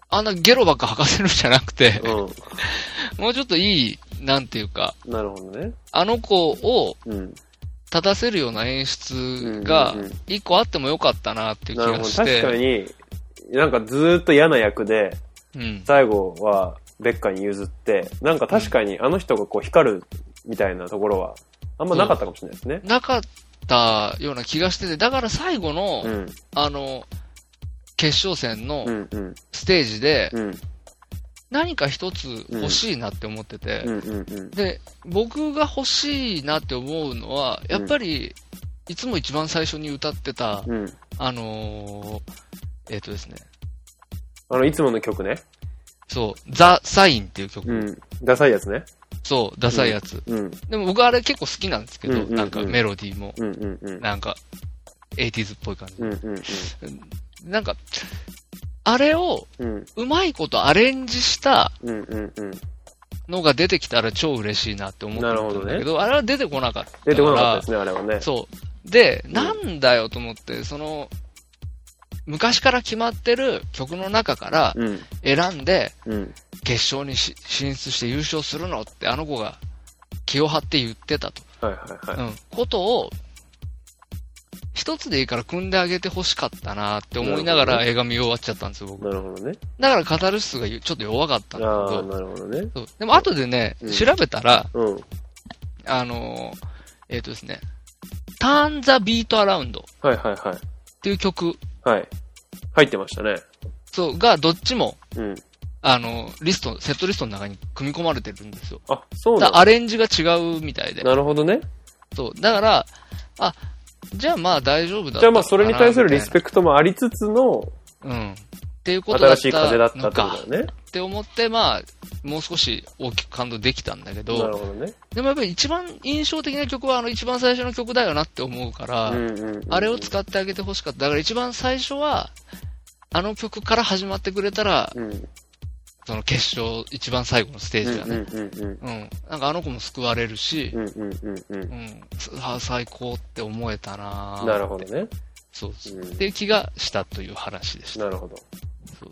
あんなゲロばっか吐かせるんじゃなくて、 うん。 もうちょっといい、なんていうか、 なるほどね。 あの子をうん。 立たせるような演出がうんうんうん一個あってもよかったなっていう気なるほど。 がして。 確かに、なんかずーっと嫌な役で、 うん。 最後はベッカに譲って、なんか確かにあの人がこう光るみたいなところは、あんまなかったかもしれないですね。 なかったような気がしてて、だから最後の、 うん。 あの、決勝戦のうんうん。 ステージで、 うん。 何か一つ欲しいなって思ってて、 うんうんうん。 で、僕が欲しいなって思うのは、やっぱり、いつも一番最初に歌ってた、 うん。 あのー、えっ、とですね、 あの、いつもの曲ね。 そう、ザ・サインっていう曲。 うん。ダサいやつね。 そう、ダサいやつ。 うん。 でも僕あれ結構好きなんですけど、 うんうんうんなんかメロディーも、 うんうんうん。 なんか、エイティーズっぽい感じ。 うんうんなんか、あれを、 うん。うん。 うまいことアレンジしたうんうんうん。 のが出てきたら超嬉しいなって思ってたんだけど、あれは出てこなかったから。 出てこなかったですね、あれはね。 そう。で、 うんなんだよと思って、その、昔から決まってる曲の中からうん。 選んで、 うん。 決勝にし進出して優勝するのってあの子が気を張って言ってたと。 はいはいはい。 うん。ことを、一つでいいから組んであげて欲しかったなって思いながら映画見終わっちゃったんですよ、僕。 なるほどね。 だからカタルシスがちょっと弱かったんだああ、 けど。 なるほどね。 そうでも後でね、 うん調べたら、 うん。 あのー、えっ、とですね、Turn the Beat Around っはいはいはい。 ていう曲、 はい。入ってましたね。 そう、がどっちも、 うん。 あの、リスト、セットリストの中に組み込まれてるんですよ。 あ、そうなんだ。 だからアレンジが違うみたいで。 なるほどね。 そう。だから、あ、じゃあまあ大丈夫だったじゃあまあそれに対するリスクペクトもありつつの、 ト。うん。っていうことだった新しい風だったってことのかだよね。 って思って、まあ、もう少し大きく感動できたんだけなるど、 ほどね。 でもやっぱり一番印象的な曲はあの一番最初の曲だよなって思うから、 うんうんうん。 あれを使ってあげてほしかった。だから一番最初は、あの曲から始まってくれたら、 うん。 その決勝、一番最後のステージがね。 うんうんうんうん。なんかあの子も救われるし、 うん。うんうんうんう。 うんん。あ最高って思えたなぁなるほどね。 そうそう。 うんっていう気がしたという話でした。 なるほど。 そう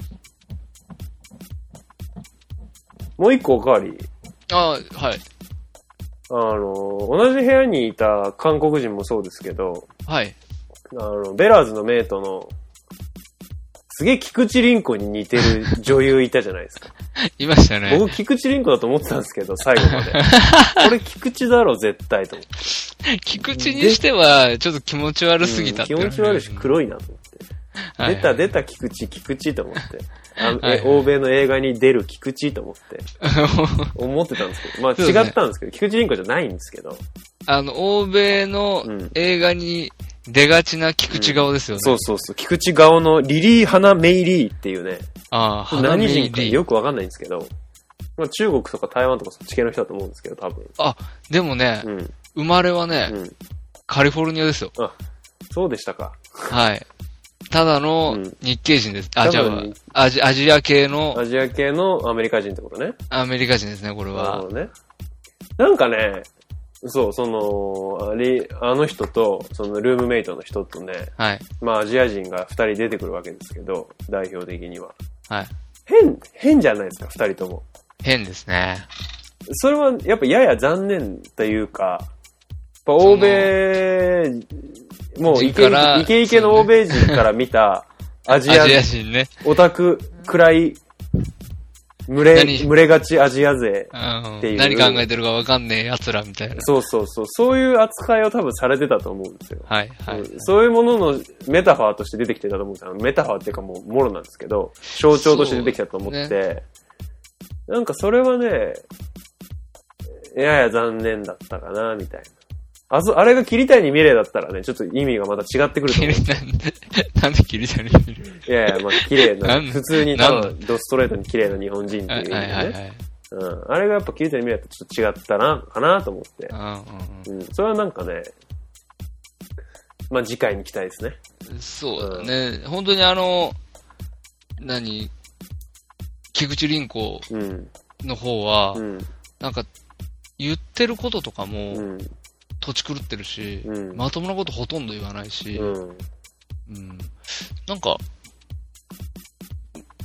もう一個おかわり。 ああ、はい。 あの、同じ部屋にいた韓国人もそうですけど、 はい。 あの、ベラーズのメイトの、すげえ菊池凛子に似てる女優いたじゃないですか。 いましたね。 僕菊池凛子だと思ってたんですけど、最後まで。これ菊池だろ、絶対と思って。 菊池にしては、ちょっと気持ち悪すぎたって、 うん気持ち悪いし黒いなと思って。 はいはい出た出た菊池、菊池と思って。あのはいはいえ欧米の映画に出る菊池と思って。思ってたんですけど。まあそうですね違ったんですけど、菊池凛子じゃないんですけど。 あの、欧米のうん映画に出がちな菊池顔ですよね。 そうそうそう。菊池顔のリリー・ハナ・メイリーっていうね。 ああ、花何見人かよくわかんないんですけど。まあ中国とか台湾とかそっち系の人だと思うんですけど、多分。 あ、でもね、 うん。 生まれはね、 うん。 カリフォルニアですよ。 あ、そうでしたか。 はい。ただのうん日系人です。あ、じゃあ多分、 アジアジア系のアジア系のアメリカ人ってことね。 アメリカ人ですね、これはなるほ。どね。なんかね、そう、その、ありあの人と、そのルームメイトの人とね、 はい。 まあアジア人が二人出てくるわけですけど、代表的には。 はい。 変、変じゃないですか、二人とも。 変ですね。 それはやっぱやや残念というか、やっぱ欧米、もうイケ人からイケイケの欧米人から見たアジアアジア人ね。 オタクくらい群れ、 何群れがちアジア勢。 うんっていう何考えてるかわかんねえ奴らみたいな。 そうそうそう。そういう扱いを多分されてたと思うんですよ。 はい、はい。 うんそういうもののメタファーとして出てきてたと思うんですよ。メタファーっていうかもう、もろなんですけど、象徴として出てきたと思って、 そうなんかそれはね、やや残念だったかな、みたいな。あそ、あれが桐谷美玲だったらね、ちょっと意味がまた違ってくると思う。 なんで、なんで切りたり見るいやいや、まあ綺麗な、 なん普通に多なん分、ドストレートに綺麗な日本人っていう意味ではいはいはいはね。 い。 うん。あれがやっぱ桐谷美玲とちょっと違ったな、かなと思って。 うんうんうん。それはなんかね、まあ次回に期待ですね。 うん。そうだね。本当にあの、何、菊池凛子うん。 の方はう、ん。 なんか、言ってることとかうも、 ん。 土地狂ってるし、 うんまともなことほとんど言わないし、 うん。 うんなんか、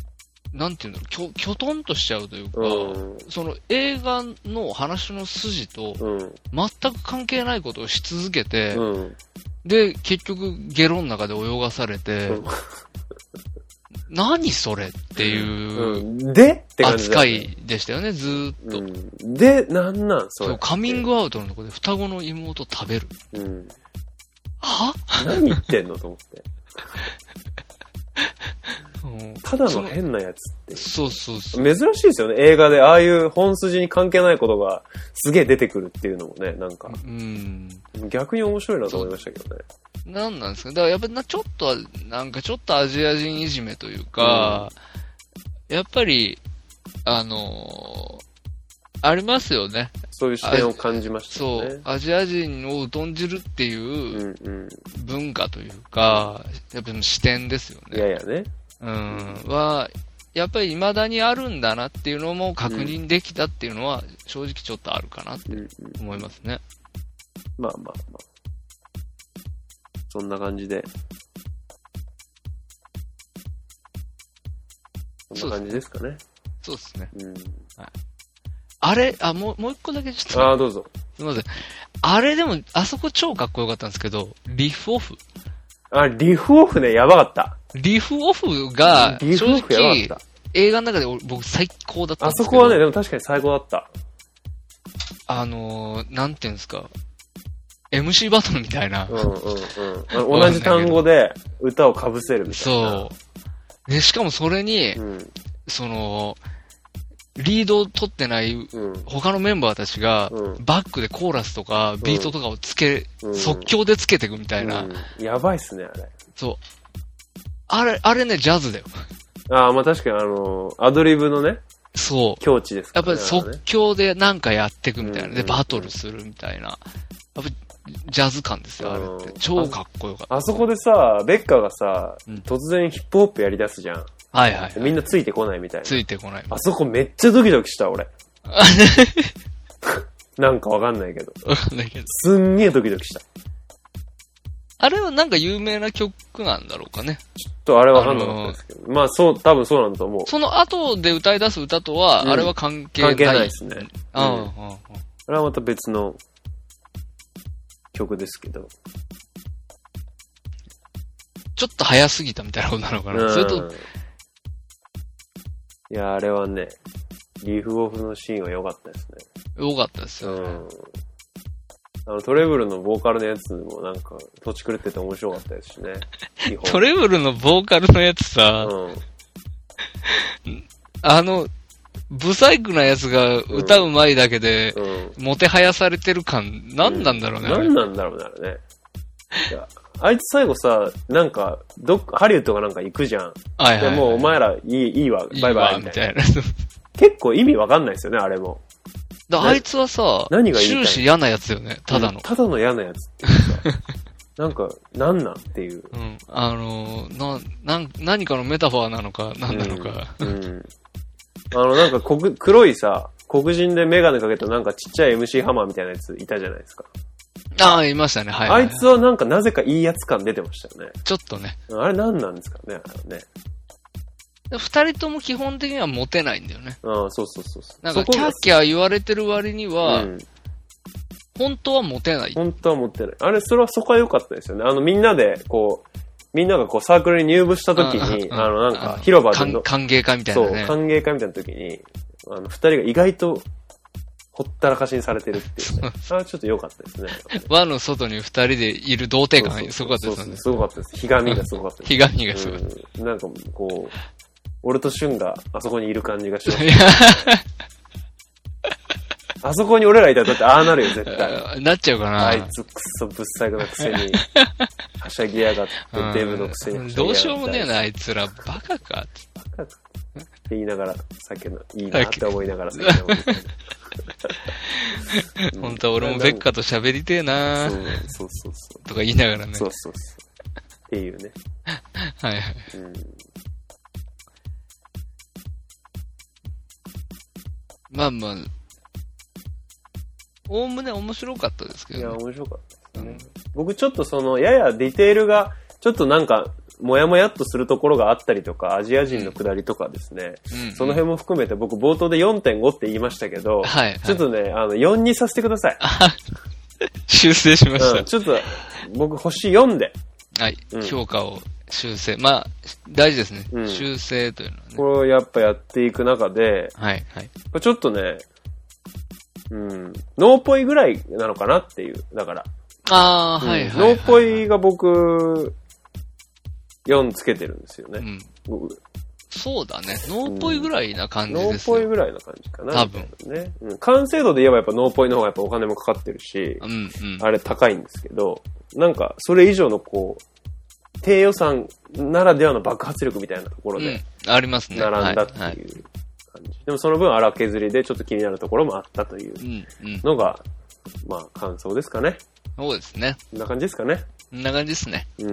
なんていうんだろう、きょ、きょとんとしちゃうというか、 うん、 その映画の話の筋と、全く関係ないことをし続けて、うん、で、結局ゲロの中で泳がされて、うん、何それっていう、うん、でって感じだね、扱いでしたよね、ずーっと。うん、 で、なんなんそれ。そう、 カミングアウトのところで双子の妹食べる。うん、は何言ってんのと思って。ただの変なやつって。 そうそうそう。 珍しいですよね。映画でああいう本筋に関係ないことがすげえ出てくるっていうのもね、なんか。うん。逆に面白いなと思いましたけどね。 なんなんですか。だからやっぱりちょっと、なんかちょっとアジア人いじめというか、うん、やっぱり、あのー、ありますよね。 そういう視点を感じましたよね。 そう。アジア人を疎んじるっていう文化というか、うんうん、やっぱり視点ですよね。 いやいやね。 うん、は、やっぱり未だにあるんだなっていうのも確認できたっていうのは、正直ちょっとあるかなって思いますね。 うんうん、まあまあまあ。そんな感じで。そんな感じですかね。 そうですね。うん、はい、あれ、あ、もう、もう一個だけちょっと。 ああ、どうぞ。 すみません。あれでも、あそこ超かっこよかったんですけど、リフオフ。 あ、リフオフね、やばかった。 リフオフが、正直、映画の中で僕最高だったんですけど。 あそこはね、でも確かに最高だった。 あのー、なんていうんですか。エムシー バトルみたいな。うんうんうん。同じ単語で歌を被せるみたいな。 そう。で、しかもそれに、うん、その、リードを取ってない他のメンバーたちが、バックでコーラスとかビートとかをつけ、うん、即興でつけていくみたいな、うんうん。やばいっすね、あれ。 そう。あれ、あれね、ジャズだよ。 ああ、まあ確かにあの、アドリブのね。 そう。 境地ですからね。やっぱり即興でなんかやっていくみたいな。で、バトルするみたいな。やっぱジャズ感ですよ、あれって。超かっこよかった。 あそこでさ、ベッカーがさ、うん、突然ヒップホップやり出すじゃん。 はいはい、はい。 みんなついてこないみたいな。 ついてこない。 あそこめっちゃドキドキした、俺。なんかわかんないけど。 わかんないけど。 すんげえドキドキした。 あれはなんか有名な曲なんだろうかね。 ちょっとあれはわかんなかったですけど。あのー、まあそう、多分そうなんだと思う。 その後で歌い出す歌とは、うん、あれは関係ない。 関係ないですね。 ああ、 うん、あれはまた別の曲ですけど。 ちょっと早すぎたみたいなことなのかな。うん、それと、 いや、あれはね、リーフオフのシーンは良かったですね。 良かったですよね。うん。 あの、トレブルのボーカルのやつもなんか、土地狂ってて面白かったですしね。 トレブルのボーカルのやつさ、うん、あの、ブサイクなやつが歌うまいだけで、うん、もてはやされてる感、何なんだろうね。 何、うん、なんだろうね、あれね。いやあいつ最後さ、なんか、どっか、ハリウッドかなんか行くじゃん。 はいはい、はい。 でもうお前らいい、いいわ、バイバイみたいな。 いいな結構意味わかんないですよね、あれも。 だあいつはさ、何が終始嫌なやつよね、ただの。うん、 ただの嫌なやつっていうか、なんか、なんなんっていう。 うん。あのー、な、なん、何かのメタファーなのか、何なのか。 うん。うん、あの、なんか黒、黒いさ、黒人でメガネかけたなんかちっちゃい エムシー ハマーみたいなやついたじゃないですか。 ああ、いましたね、はい、はい。 あいつはなんかなぜかいいやつ感出てましたよね。 ちょっとね。 あれ何なんですかね、あれね。 二人とも基本的にはモテないんだよね。 ああ、そうそうそうそう。 なんかキャッキャ言われてる割には、うん、本当はモテない。 本当はモテない。あれ、それはそこは良かったですよね。あの、みんなで、こう、みんながこうサークルに入部した時に、あの、なんか広場での歓迎会みたいなね。 そう、歓迎会みたいな時に、あの、二人が意外と、ほったらかしにされてるっていうね。あれちょっと良かったですね。 輪の外に二人でいる童貞感すごかったですね。 すごかったです。ひがみがすごかったです。 ひがみがすごかった。 うん、なんかこう、俺とシュンがあそこにいる感じがしました、ね。あそこに俺らいたらだってああなるよ、絶対。 なっちゃうかな。 あいつくっそぶっさくなくせに、はしゃぎやがって、デブのくせにはしゃぎやがって。 どうしようもねえな、あいつら。バカかって。バカかって言いながら、酒の、いいなって思いながら酒飲む。 本当は俺もベッカと喋りてえなそうそうそうそう。 とか言いながらね。 そうそうそう。っていうね。 はいはい。うん、まあまあ、おおむね面白かったですけど、ね。 いや、面白かったですね。うん、僕ちょっとその、ややディテールが、ちょっとなんか、 もやもやっとするところがあったりとか、アジア人の下りとかですね、 うんうん、 その辺も含めて僕冒頭で よんてんご って言いましたけど、 はいはい、 ちょっとね、あの、よんにさせてください。 修正しました、 うん。ちょっと、僕星よんで。 はい、うん、評価を修正。まあ、大事ですね。うん、修正というのはね。 これをやっぱやっていく中で、 はいはい。 ちょっとね、うん、ノーポイぐらいなのかなっていう。だから。 ああ、うん、はいはい、はい。 ノーポイが僕、よんつけてるんですよね。うん、 そうだね。ノーポイぐらいな感じですよ、 ノーポイぐらいな感じかな。 多分。 ね、うん。完成度で言えばやっぱノーポイの方がやっぱお金もかかってるし、 うんうん、 あれ高いんですけど、なんかそれ以上のこう、低予算ならではの爆発力みたいなところで、 うん、ありますね。 並んだっていう感じ。はいはい、でもその分荒削りでちょっと気になるところもあったというのが、うんうん、まあ感想ですかね。 そうですね。 こんな感じですかね。 こんな感じですね。 うん。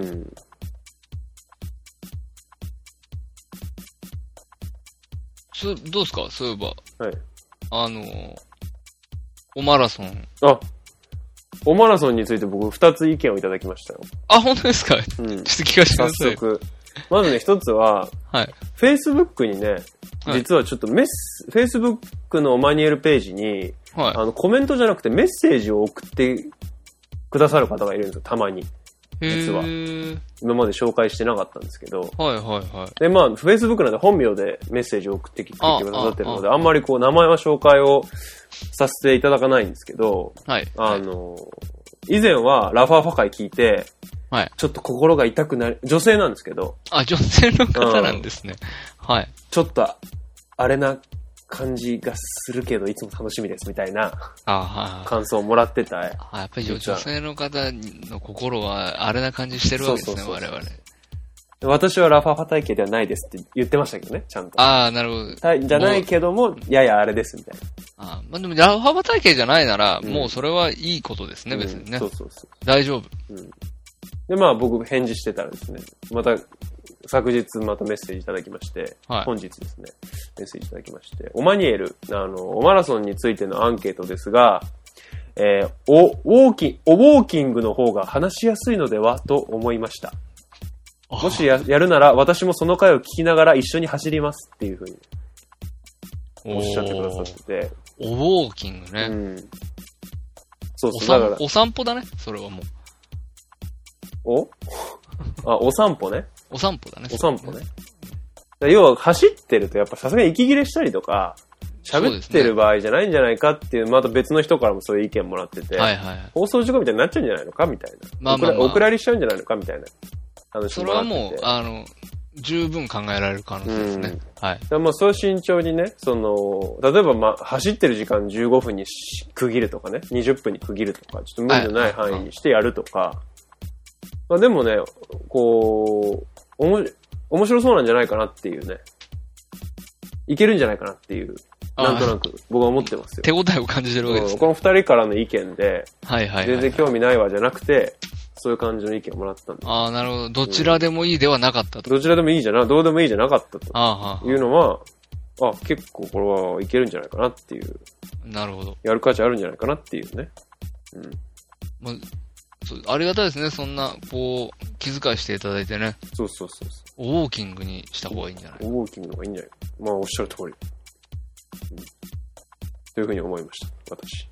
そどうですかそういえば。 はい。 あのー、おマラソン。 あ、おマラソンについて僕二つ意見をいただきましたよ。 あ、本当ですか、うん、ちょっと聞かせてください。 早速。まずね、一つは、 はい。 Facebook にね、実はちょっとメッス、はい、Facebook のマニュアルページに、はい、あの、コメントじゃなくてメッセージを送ってくださる方がいるんですよ、たまに。実は。今まで紹介してなかったんですけど。 はいはいはい。 で、まあ、Facebook なんで本名でメッセージを送ってきてくださってるので、あ, あ, あんまりこう、名前は紹介をさせていただかないんですけど、 はい。 あの、以前はラファーファ会聞いて、 はい。 ちょっと心が痛くなり、女性なんですけど。 あ、女性の方なんですね。うん、はい。 ちょっと、あれな感じがするけど、いつも楽しみですみたいな感想をもらってた。 あ、やっぱり女性の方の心はあれな感じしてるわけですね、我々。 私はラファーファ体型ではないですって言ってましたけどね、ちゃんと。 ああ、なるほど。 じゃないけども、ややあれですみたいな。あまあ、でもラファーファ体型じゃないなら、うん、もうそれはいいことですね、うん、別にね。 そうそうそう。 大丈夫。 うん。で、まあ僕返事してたらですね、また、昨日またメッセージいただきまして、はい、本日ですね、メッセージいただきまして、オマニエル、あの、おマラソンについてのアンケートですが、えー、お、ウォーキン、おウォーキングの方が話しやすいのではと思いました。もし や, やるなら私もその回を聞きながら一緒に走りますっていうふうにおっしゃってくださってて。 おウォーキングね。うん。 そうそう。だからお散歩だね、それはもう。 おあ、お散歩ね。 お散歩だね。 お散歩ね。要は走ってるとやっぱさすがに息切れしたりとか、喋ってる場合じゃないんじゃないかっていう、また別の人からもそういう意見もらってて、 はいはいはい、 放送事故みたいになっちゃうんじゃないのかみたいな。 まあまあまあ、 お蔵入りしちゃうんじゃないのかみたいな話もらってて。 それはもう、あの、十分考えられる可能性ですね。はい。 まあそう慎重にね、その、例えばまあ走ってる時間じゅうごふんに区切るとかね、にじゅっぷんに区切るとか、ちょっと無理のない範囲にしてやるとか、はい、まあでもね、こう、おも、面白そうなんじゃないかなっていうね。いけるんじゃないかなっていう、なんとなく僕は思ってますよ。 手応えを感じてるわけです、ね、 この二人からの意見で、 はいはいはいはい、 全然興味ないわじゃなくて、そういう感じの意見をもらったんで。 ああ、なるほど。どちらでもいいではなかったと。 どちらでもいいじゃな、どうでもいいじゃなかったと。 ああ、 いうのは、あ、結構これはいけるんじゃないかなっていう。 なるほど。 やる価値あるんじゃないかなっていうね。うん。 まあそう、ありがたいですね。そんな、こう、気遣いしていただいてね。 そうそうそうそう。 ウォーキングにした方がいいんじゃない？ ウォーキングの方がいいんじゃない？まあ、おっしゃる通り。うん、というふうに思いました、私。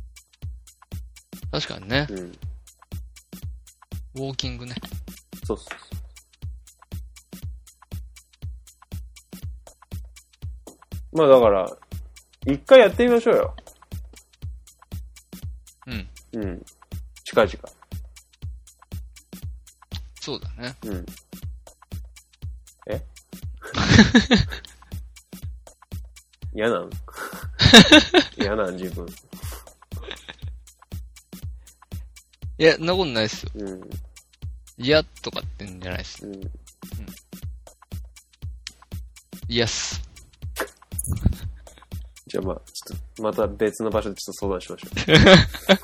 確かにね。 うん。 ウォーキングね。 そうそうそう。まあだから、一回やってみましょうよ。 うん。 うん。近々。 そうだね。 うん。え嫌なん嫌なん自分。 いや、そんなことないっすよ。 うん。 嫌とかってんじゃないっす。うん。うん。嫌っす。 じゃあまあ、ちょっと、また別の場所でちょっと相談しましょう。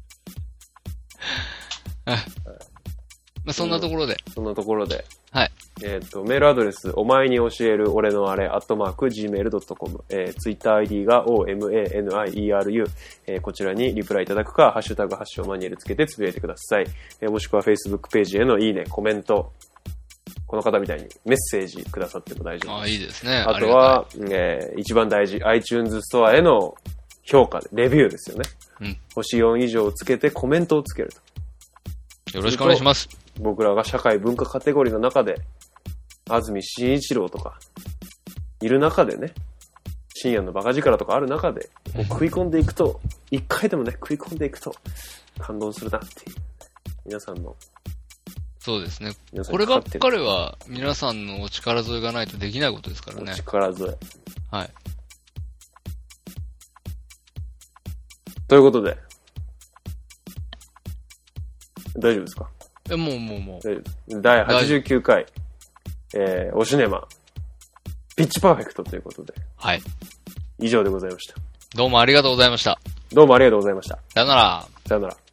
あ、はい、まあ、そんなところで。 そんなところで。 はい。 えっ、ー、と、メールアドレス、お前に教える俺のあれ、アットマーク、ジーメールドットコム、えー、ツイッター アイディー が オーエムエーエヌアイイーアールユー、えー、こちらにリプライいただくか、ハッシュタグハッシュをマニュエルつけてつぶやいてください。えー、もしくは Facebook ページへのいいね、コメント、この方みたいにメッセージくださっても大丈夫です。 ああ、いいですね。 あとは、えー、一番大事、iTunes ストアへの評価で、レビューですよね。うん。星よん以上をつけてコメントをつけると。 よろしくお願いします。 僕らが社会文化カテゴリーの中で、安住紳一郎とか、いる中でね、深夜のバカ力とかある中で、もう食い込んでいくと、一回でもね、食い込んでいくと、感動するなっていう。皆さんの。 そうですね。こればっかりは、皆さんのお力添えがないとできないことですからね。 お力添え。 はい。 ということで。大丈夫ですか？ え、もうもうもう。だいはちじゅうきゅうかい、えー、おシネマ、ピッチパーフェクトということで。 はい。 以上でございました。 どうもありがとうございました。 どうもありがとうございました。 さよなら。 さよなら。